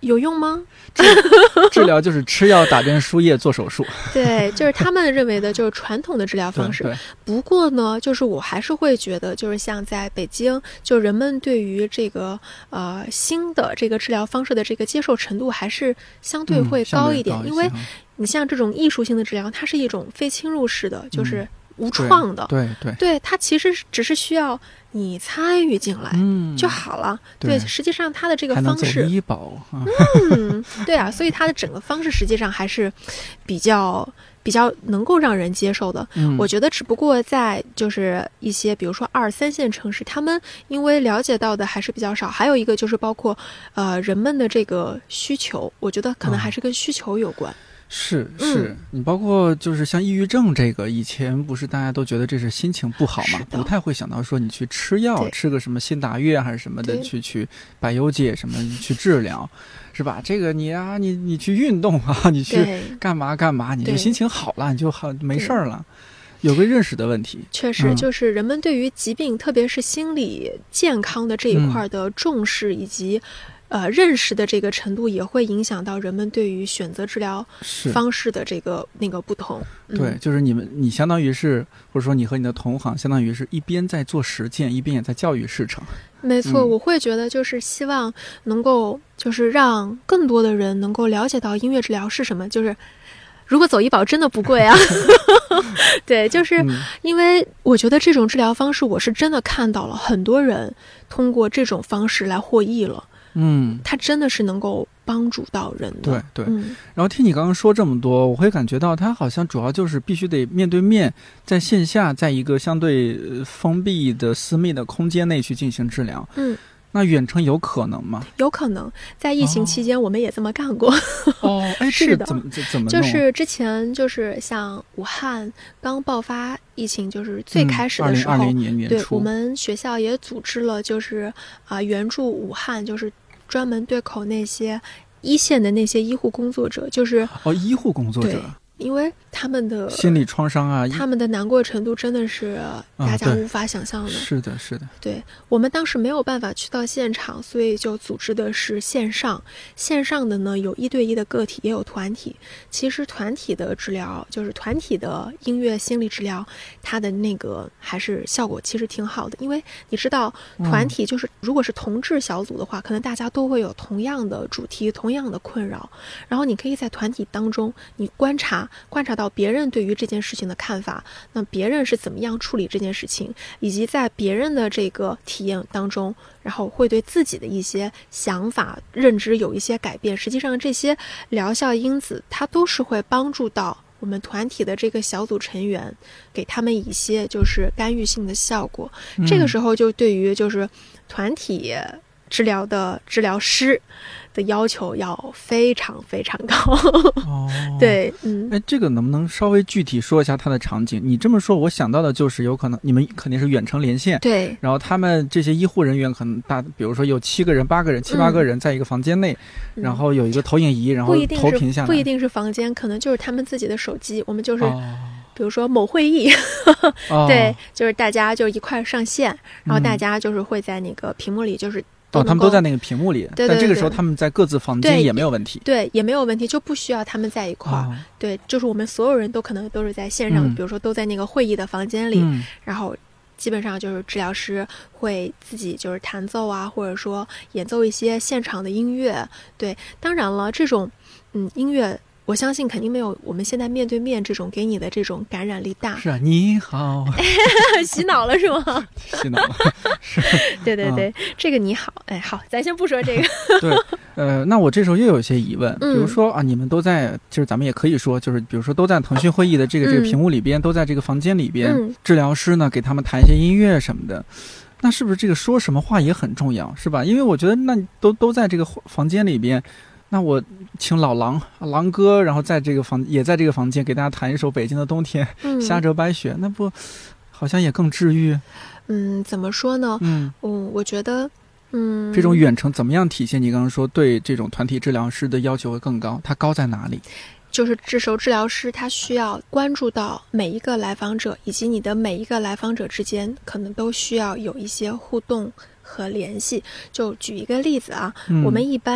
C: 有用吗？
B: 治, 治疗就是吃药、打针、输液、做手术。
C: 对，就是他们认为的就是传统的治疗方式。不过呢，就是我还是会觉得，就是像在北京，就人们对于这个呃新的这个治疗方式的这个接受程度还是相对会高一点，
B: 嗯、
C: 因为你像这种艺术性的治疗，它是一种非侵入式的，就是无创的。
B: 嗯、对对
C: 对, 对，它其实只是需要你参与进来就好了。嗯、对, 对，实际上它的这个方式，
B: 还能走医保。
C: 嗯，对啊，所以它的整个方式实际上还是比较比较能够让人接受的。
B: 嗯、
C: 我觉得只不过在就是一些比如说二三线城市，他们因为了解到的还是比较少，还有一个就是包括呃人们的这个需求，我觉得可能还是跟需求有关。哦
B: 是是、嗯，你包括就是像抑郁症这个，以前不是大家都觉得这是心情不好嘛，不太会想到说你去吃药，吃个什么辛达悦还是什么的，去去百忧解什么去治疗，是吧？这个你啊，你你去运动啊，你去干嘛干嘛，你就心情好了，你就好没事儿了。有个认识的问题，
C: 确实就是人们对于疾病，嗯、特别是心理健康的这一块的重视以及。呃，认识的这个程度也会影响到人们对于选择治疗方式的这个那个不同。
B: 对、嗯，就是你们，你相当于是，或者说你和你的同行，相当于是一边在做实践，一边也在教育市场。
C: 没错、
B: 嗯，
C: 我会觉得就是希望能够，就是让更多的人能够了解到音乐治疗是什么。就是如果走医保真的不贵啊，对，就是因为我觉得这种治疗方式，我是真的看到了很多人通过这种方式来获益了。
B: 嗯，
C: 它真的是能够帮助到人的。
B: 对对、
C: 嗯，
B: 然后听你刚刚说这么多，我会感觉到它好像主要就是必须得面对面，在线下，在一个相对封闭的私密的空间内去进行治疗。
C: 嗯，
B: 那远程有可能吗？
C: 有可能，在疫情期间我们也这么干过。
B: 哦，哎，
C: 是的，
B: 这个怎么怎么
C: 就是之前就是像武汉刚爆发疫情，就是最开始的时候，
B: 嗯、二零二零年年初，
C: 对，我们学校也组织了，就是啊、呃、援助武汉，就是专门对口那些一线的那些医护工作者，就是
B: 哦，医护工作者。
C: 因为他们的
B: 心理创伤啊，
C: 他们的难过程度真的是大家无法想象的。
B: 啊、是的，是的。
C: 对，我们当时没有办法去到现场，所以就组织的是线上。线上的呢，有一对一的个体，也有团体。其实团体的治疗，就是团体的音乐心理治疗，它的那个还是效果其实挺好的。因为你知道，团体就是、嗯、如果是同志小组的话，可能大家都会有同样的主题、同样的困扰。然后你可以在团体当中，你观察。观察到别人对于这件事情的看法，那别人是怎么样处理这件事情，以及在别人的这个体验当中，然后会对自己的一些想法、认知有一些改变。实际上，这些疗效因子它都是会帮助到我们团体的这个小组成员，给他们一些就是干预性的效果。嗯、这个时候就对于就是团体治疗的治疗师的要求要非常非常高。
B: 哦，
C: 对，嗯，
B: 哎，这个能不能稍微具体说一下它的场景？你这么说，我想到的就是有可能你们肯定是远程连线，
C: 对，
B: 然后他们这些医护人员可能大，比如说有七个人、八个人、七八个人在一个房间内，嗯、然后有一个投影仪，然后投屏下来，
C: 不一定是房间，可能就是他们自己的手机，我们就是。哦，比如说某会议，
B: 哦、
C: 对，就是大家就一块上线，然后大家就是会在那个屏幕里，就是
B: 哦，他们都在那个屏幕里，
C: 对对对，
B: 但这个时候他们在各自房间也没有问题，
C: 对，也没有问题，就不需要他们在一块儿、哦。对，就是我们所有人都可能都是在线上，嗯、比如说都在那个会议的房间里，
B: 嗯、
C: 然后基本上就是治疗师会自己就是弹奏啊，或者说演奏一些现场的音乐。对，当然了，这种嗯音乐。我相信肯定没有我们现在面对面这种给你的这种感染力大。
B: 是啊，你好，
C: 洗脑了是吗？
B: 洗脑了，是。
C: 对对对、嗯，这个你好，哎，好，咱先不说这个。
B: 对，呃，那我这时候又有一些疑问，
C: 嗯、
B: 比如说啊，你们都在，就是咱们也可以说，就是比如说都在腾讯会议的这个这个屏幕里边，嗯、都在这个房间里边，
C: 嗯、
B: 治疗师呢给他们弹一些音乐什么的。那是不是这个说什么话也很重要，是吧？因为我觉得那都都在这个房间里边。那我请老狼狼哥，然后在这个房也在这个房间给大家弹一首《北京的冬天》，嗯，瞎折白雪，那不好像也更治愈？
C: 嗯，怎么说呢？
B: 嗯
C: 嗯，我觉得，嗯，
B: 这种远程怎么样体现？你刚刚说对这种团体治疗师的要求会更高，它高在哪里？
C: 就是这时候治疗师他需要关注到每一个来访者，以及你的每一个来访者之间可能都需要有一些互动和联系。就举一个例子啊，嗯、我们一般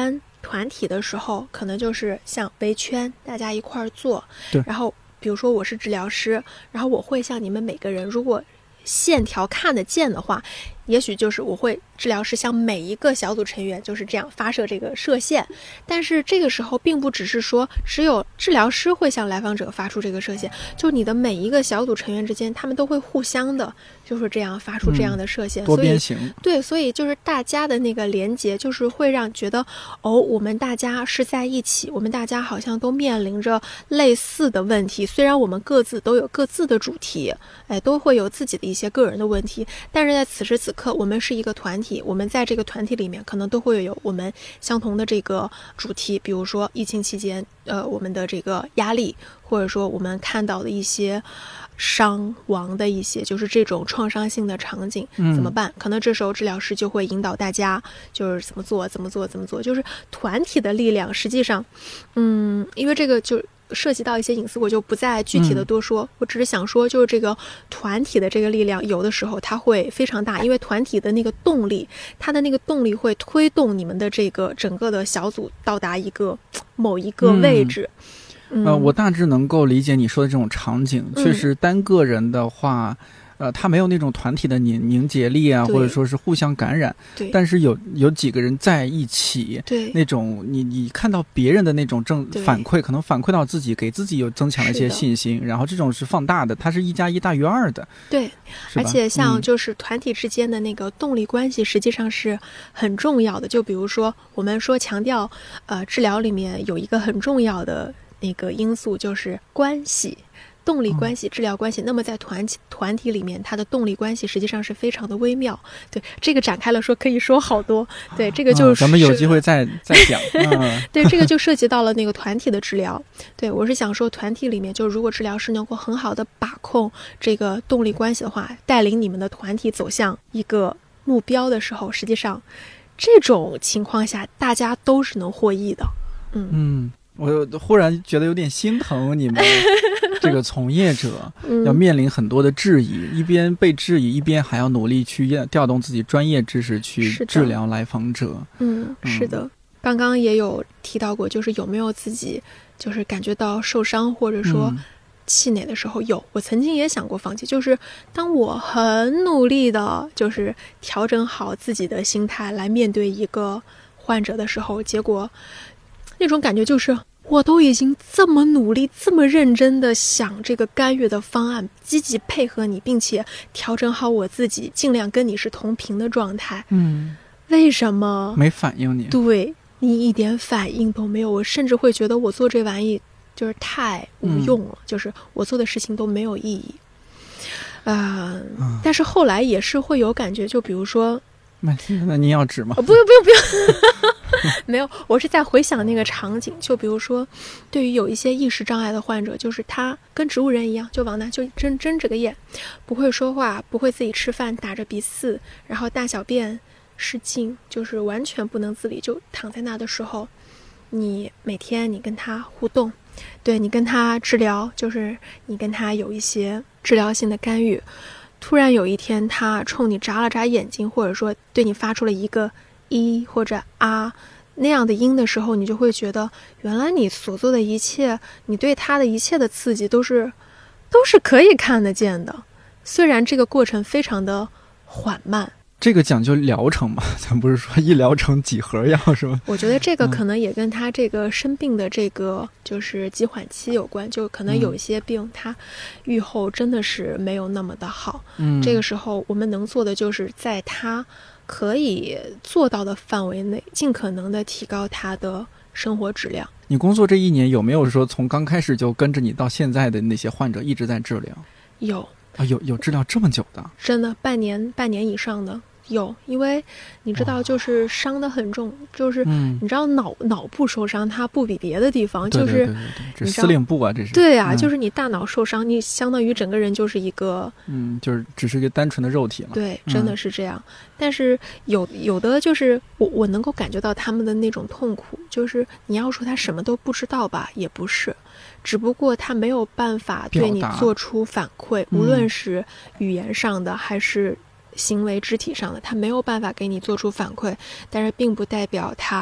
C: 团体的时候，可能就是像围圈，大家一块儿做。
B: 对。
C: 然后，比如说我是治疗师，然后我会向你们每个人，如果线条看得见的话，也许就是我会治疗师向每一个小组成员就是这样发射这个射线，但是这个时候并不只是说只有治疗师会向来访者发出这个射线，就你的每一个小组成员之间，他们都会互相的就是这样发出这样的射线，
B: 嗯、多边形。
C: 对，所以就是大家的那个连接，就是会让觉得哦，我们大家是在一起，我们大家好像都面临着类似的问题，虽然我们各自都有各自的主题，哎，都会有自己的一些个人的问题，但是在此时此刻，我们是一个团体，我们在这个团体里面可能都会有我们相同的这个主题，比如说疫情期间，呃，我们的这个压力，或者说我们看到的一些伤亡的一些就是这种创伤性的场景，怎么办？可能这时候治疗师就会引导大家就是怎么做怎么做怎么做，就是团体的力量实际上嗯，因为这个就涉及到一些隐私，我就不再具体的多说、嗯、我只是想说就是这个团体的这个力量有的时候它会非常大，因为团体的那个动力，它的那个动力会推动你们的这个整个的小组到达一个某一个位置。
B: 嗯呃，我大致能够理解你说的这种场景，确实单个人的话、嗯、呃，他没有那种团体的凝凝结力啊，或者说是互相感染。
C: 对。
B: 但是有有几个人在一起，
C: 对，
B: 那种你你看到别人的那种正反馈，可能反馈到自己，给自己有增强了一些信心，然后这种是放大的，它是一加一大于二的。
C: 对，而且像就是团体之间的那个动力关系，实际上是很重要的。就比如说，我们说强调，呃，治疗里面有一个很重要的那个因素就是关系。动力关系、治疗关系，那么在团团体里面，它的动力关系实际上是非常的微妙。对，这个展开了说可以说好多。对，这个就是、
B: 嗯、咱们有机会再再讲。嗯、
C: 对，这个就涉及到了那个团体的治疗。对，我是想说，团体里面，就如果治疗师能够很好的把控这个动力关系的话，带领你们的团体走向一个目标的时候，实际上这种情况下，大家都是能获益的。嗯
B: 嗯。我忽然觉得有点心疼你们这个从业者要面临很多的质疑、嗯、一边被质疑，一边还要努力去调动自己专业知识去治疗来访者。
C: 嗯，是的。刚刚也有提到过，就是有没有自己就是感觉到受伤或者说气馁的时候、嗯、有。我曾经也想过放弃，就是当我很努力的就是调整好自己的心态来面对一个患者的时候，结果那种感觉就是我都已经这么努力这么认真的想这个干预的方案，积极配合你，并且调整好我自己，尽量跟你是同频的状态，
B: 嗯，
C: 为什么
B: 没反应你？
C: 对，你一点反应都没有，我甚至会觉得我做这玩意就是太无用了、嗯、就是我做的事情都没有意义。呃、嗯，但是后来也是会有感觉，就比如说
B: 那你要指吗？
C: 哦、不用不用不用没有，我是在回想那个场景，就比如说对于有一些意识障碍的患者，就是他跟植物人一样，就往那就睁睁着个眼，不会说话，不会自己吃饭，打着鼻饲，然后大小便失禁，就是完全不能自理，就躺在那的时候，你每天你跟他互动，对，你跟他治疗，就是你跟他有一些治疗性的干预，突然有一天他冲你眨了眨眼睛，或者说对你发出了一个一或者啊那样的音的时候，你就会觉得原来你所做的一切，你对他的一切的刺激都是都是可以看得见的，虽然这个过程非常的缓慢。
B: 这个讲究疗程嘛，咱不是说一疗程几盒药是吧？
C: 我觉得这个可能也跟他这个生病的这个就是疾缓期有关，就可能有一些病它愈后真的是没有那么的好。嗯，这个时候我们能做的就是在他可以做到的范围内，尽可能的提高他的生活质量。
B: 你工作这一年有没有说从刚开始就跟着你到现在的那些患者一直在治疗？
C: 有
B: 啊，有有治疗这么久的？
C: 真的，半年半年以上的有，因为你知道，就是伤得很重，就是你知道脑、嗯、脑部受伤，它不比别的地方，
B: 对对对对对，
C: 就是
B: 这司令部啊，这是
C: 对啊、
B: 嗯，
C: 就是你大脑受伤，你相当于整个人就是一个，
B: 嗯，就是只是一个单纯的肉体了。
C: 对，真的是这样。嗯、但是有有的就是我我能够感觉到他们的那种痛苦，就是你要说他什么都不知道吧，也不是。只不过他没有办法对你做出反馈，无论是语言上的还是行为肢体上的，他没有办法给你做出反馈，但是并不代表他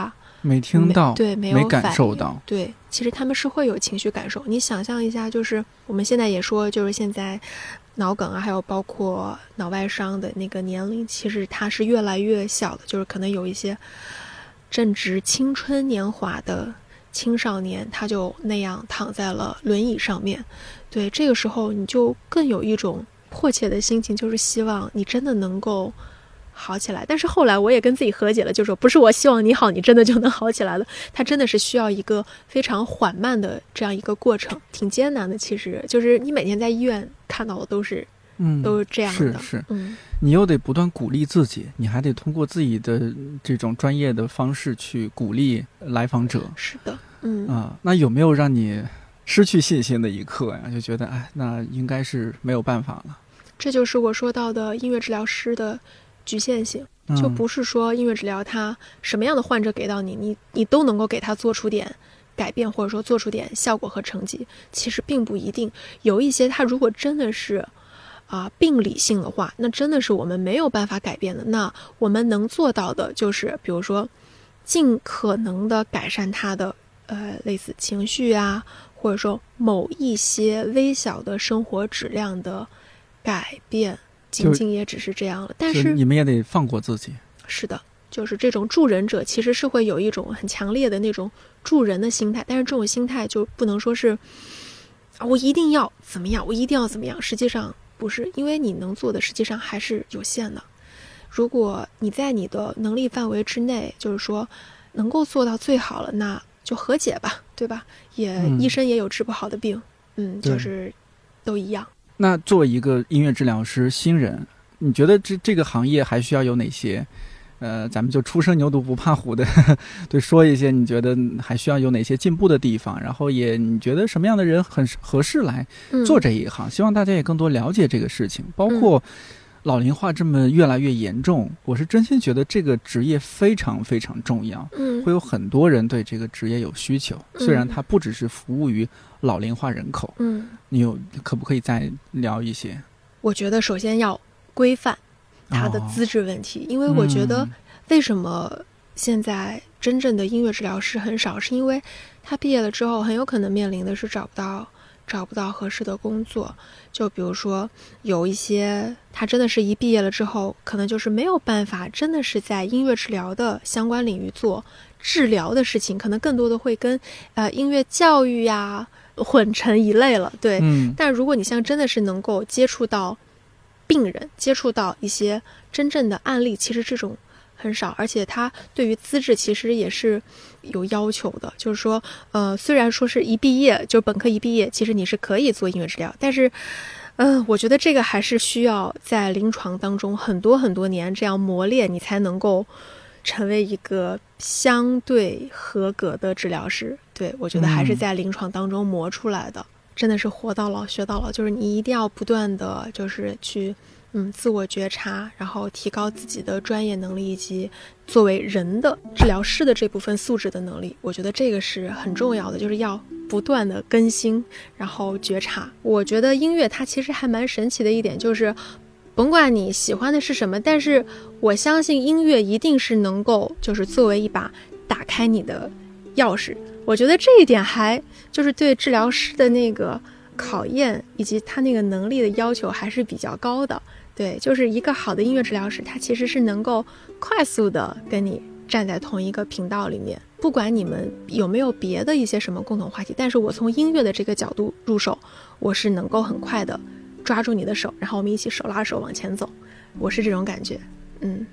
B: 没听到，
C: 对，没有
B: 没感受到。
C: 对，其实他们是会有情绪感受。你想象一下，就是我们现在也说，就是现在脑梗啊，还有包括脑外伤的那个年龄，其实它是越来越小的，就是可能有一些正值青春年华的青少年，他就那样躺在了轮椅上面。对，这个时候你就更有一种迫切的心情，就是希望你真的能够好起来。但是后来我也跟自己和解了，就是说不是我希望你好，你真的就能好起来了，它真的是需要一个非常缓慢的这样一个过程，挺艰难的。其实就是你每天在医院看到的都是嗯，都是这样的。
B: 是是，
C: 嗯，
B: 你又得不断鼓励自己，你还得通过自己的这种专业的方式去鼓励来访者。
C: 是的，嗯
B: 啊，那有没有让你失去信心的一刻呀？就觉得哎，那应该是没有办法了。
C: 这就是我说到的音乐治疗师的局限性，就不是说音乐治疗它什么样的患者给到你，你你都能够给他做出点改变，或者说做出点效果和成绩。其实并不一定，有一些他如果真的是啊、呃、病理性的话，那真的是我们没有办法改变的。那我们能做到的就是，比如说尽可能的改善他的呃类似情绪啊，或者说某一些微小的生活质量的改变，仅仅也只是这样了。但是
B: 你们也得放过自己。
C: 是的，就是这种助人者其实是会有一种很强烈的那种助人的心态，但是这种心态就不能说是啊我一定要怎么样，我一定要怎么样，实际上不是，因为你能做的实际上还是有限的。如果你在你的能力范围之内，就是说能够做到最好了，那就和解吧，对吧？也、嗯、医生也有治不好的病，嗯，就是都一样。
B: 那作为一个音乐治疗师新人，你觉得这这个行业还需要有哪些呃咱们就初生牛犊不怕虎的对，说一些你觉得还需要有哪些进步的地方，然后也你觉得什么样的人很合适来做这一行、嗯、希望大家也更多了解这个事情。包括老龄化这么越来越严重、嗯、我是真心觉得这个职业非常非常重要，嗯，会有很多人对这个职业有需求、嗯、虽然它不只是服务于老龄化人口，嗯，你有可不可以再聊一些？
C: 我觉得首先要规范他的资质问题、哦、因为我觉得为什么现在真正的音乐治疗师很少，是因为他毕业了之后很有可能面临的是找不到找不到合适的工作。就比如说有一些他真的是一毕业了之后可能就是没有办法真的是在音乐治疗的相关领域做治疗的事情，可能更多的会跟呃音乐教育呀混成一类了，对、嗯、但如果你像真的是能够接触到病人，接触到一些真正的案例，其实这种很少，而且他对于资质其实也是有要求的，就是说呃，虽然说是一毕业就本科一毕业其实你是可以做音乐治疗，但是嗯、呃，我觉得这个还是需要在临床当中很多很多年这样磨练，你才能够成为一个相对合格的治疗师。对，我觉得还是在临床当中磨出来的、嗯、真的是活到老学到老，就是你一定要不断的就是去嗯自我觉察，然后提高自己的专业能力以及作为人的治疗师的这部分素质的能力，我觉得这个是很重要的，就是要不断的更新然后觉察。我觉得音乐它其实还蛮神奇的一点，就是甭管你喜欢的是什么，但是我相信音乐一定是能够就是作为一把打开你的钥匙。我觉得这一点还就是对治疗师的那个考验以及他那个能力的要求还是比较高的。对，就是一个好的音乐治疗师，他其实是能够快速的跟你站在同一个频道里面，不管你们有没有别的一些什么共同话题，但是我从音乐的这个角度入手，我是能够很快的抓住你的手，然后我们一起手拉手往前走，我是这种感觉。嗯。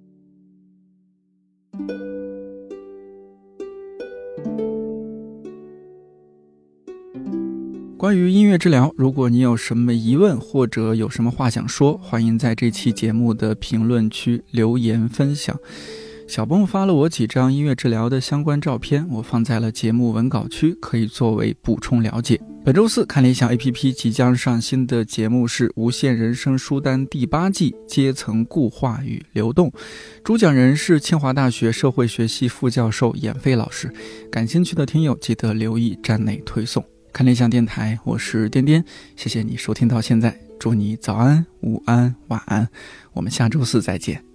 B: 关于音乐治疗，如果你有什么疑问或者有什么话想说，欢迎在这期节目的评论区留言分享。小蹦发了我几张音乐治疗的相关照片，我放在了节目文稿区，可以作为补充了解。本周四看理想 A P P 即将上新的节目是无限人生书单第八季阶层固化与流动，主讲人是清华大学社会学系副教授闫飞老师，感兴趣的听友记得留意站内推送。看理想电台，我是颠颠，谢谢你收听到现在，祝你早安、午安、晚安，我们下周四再见。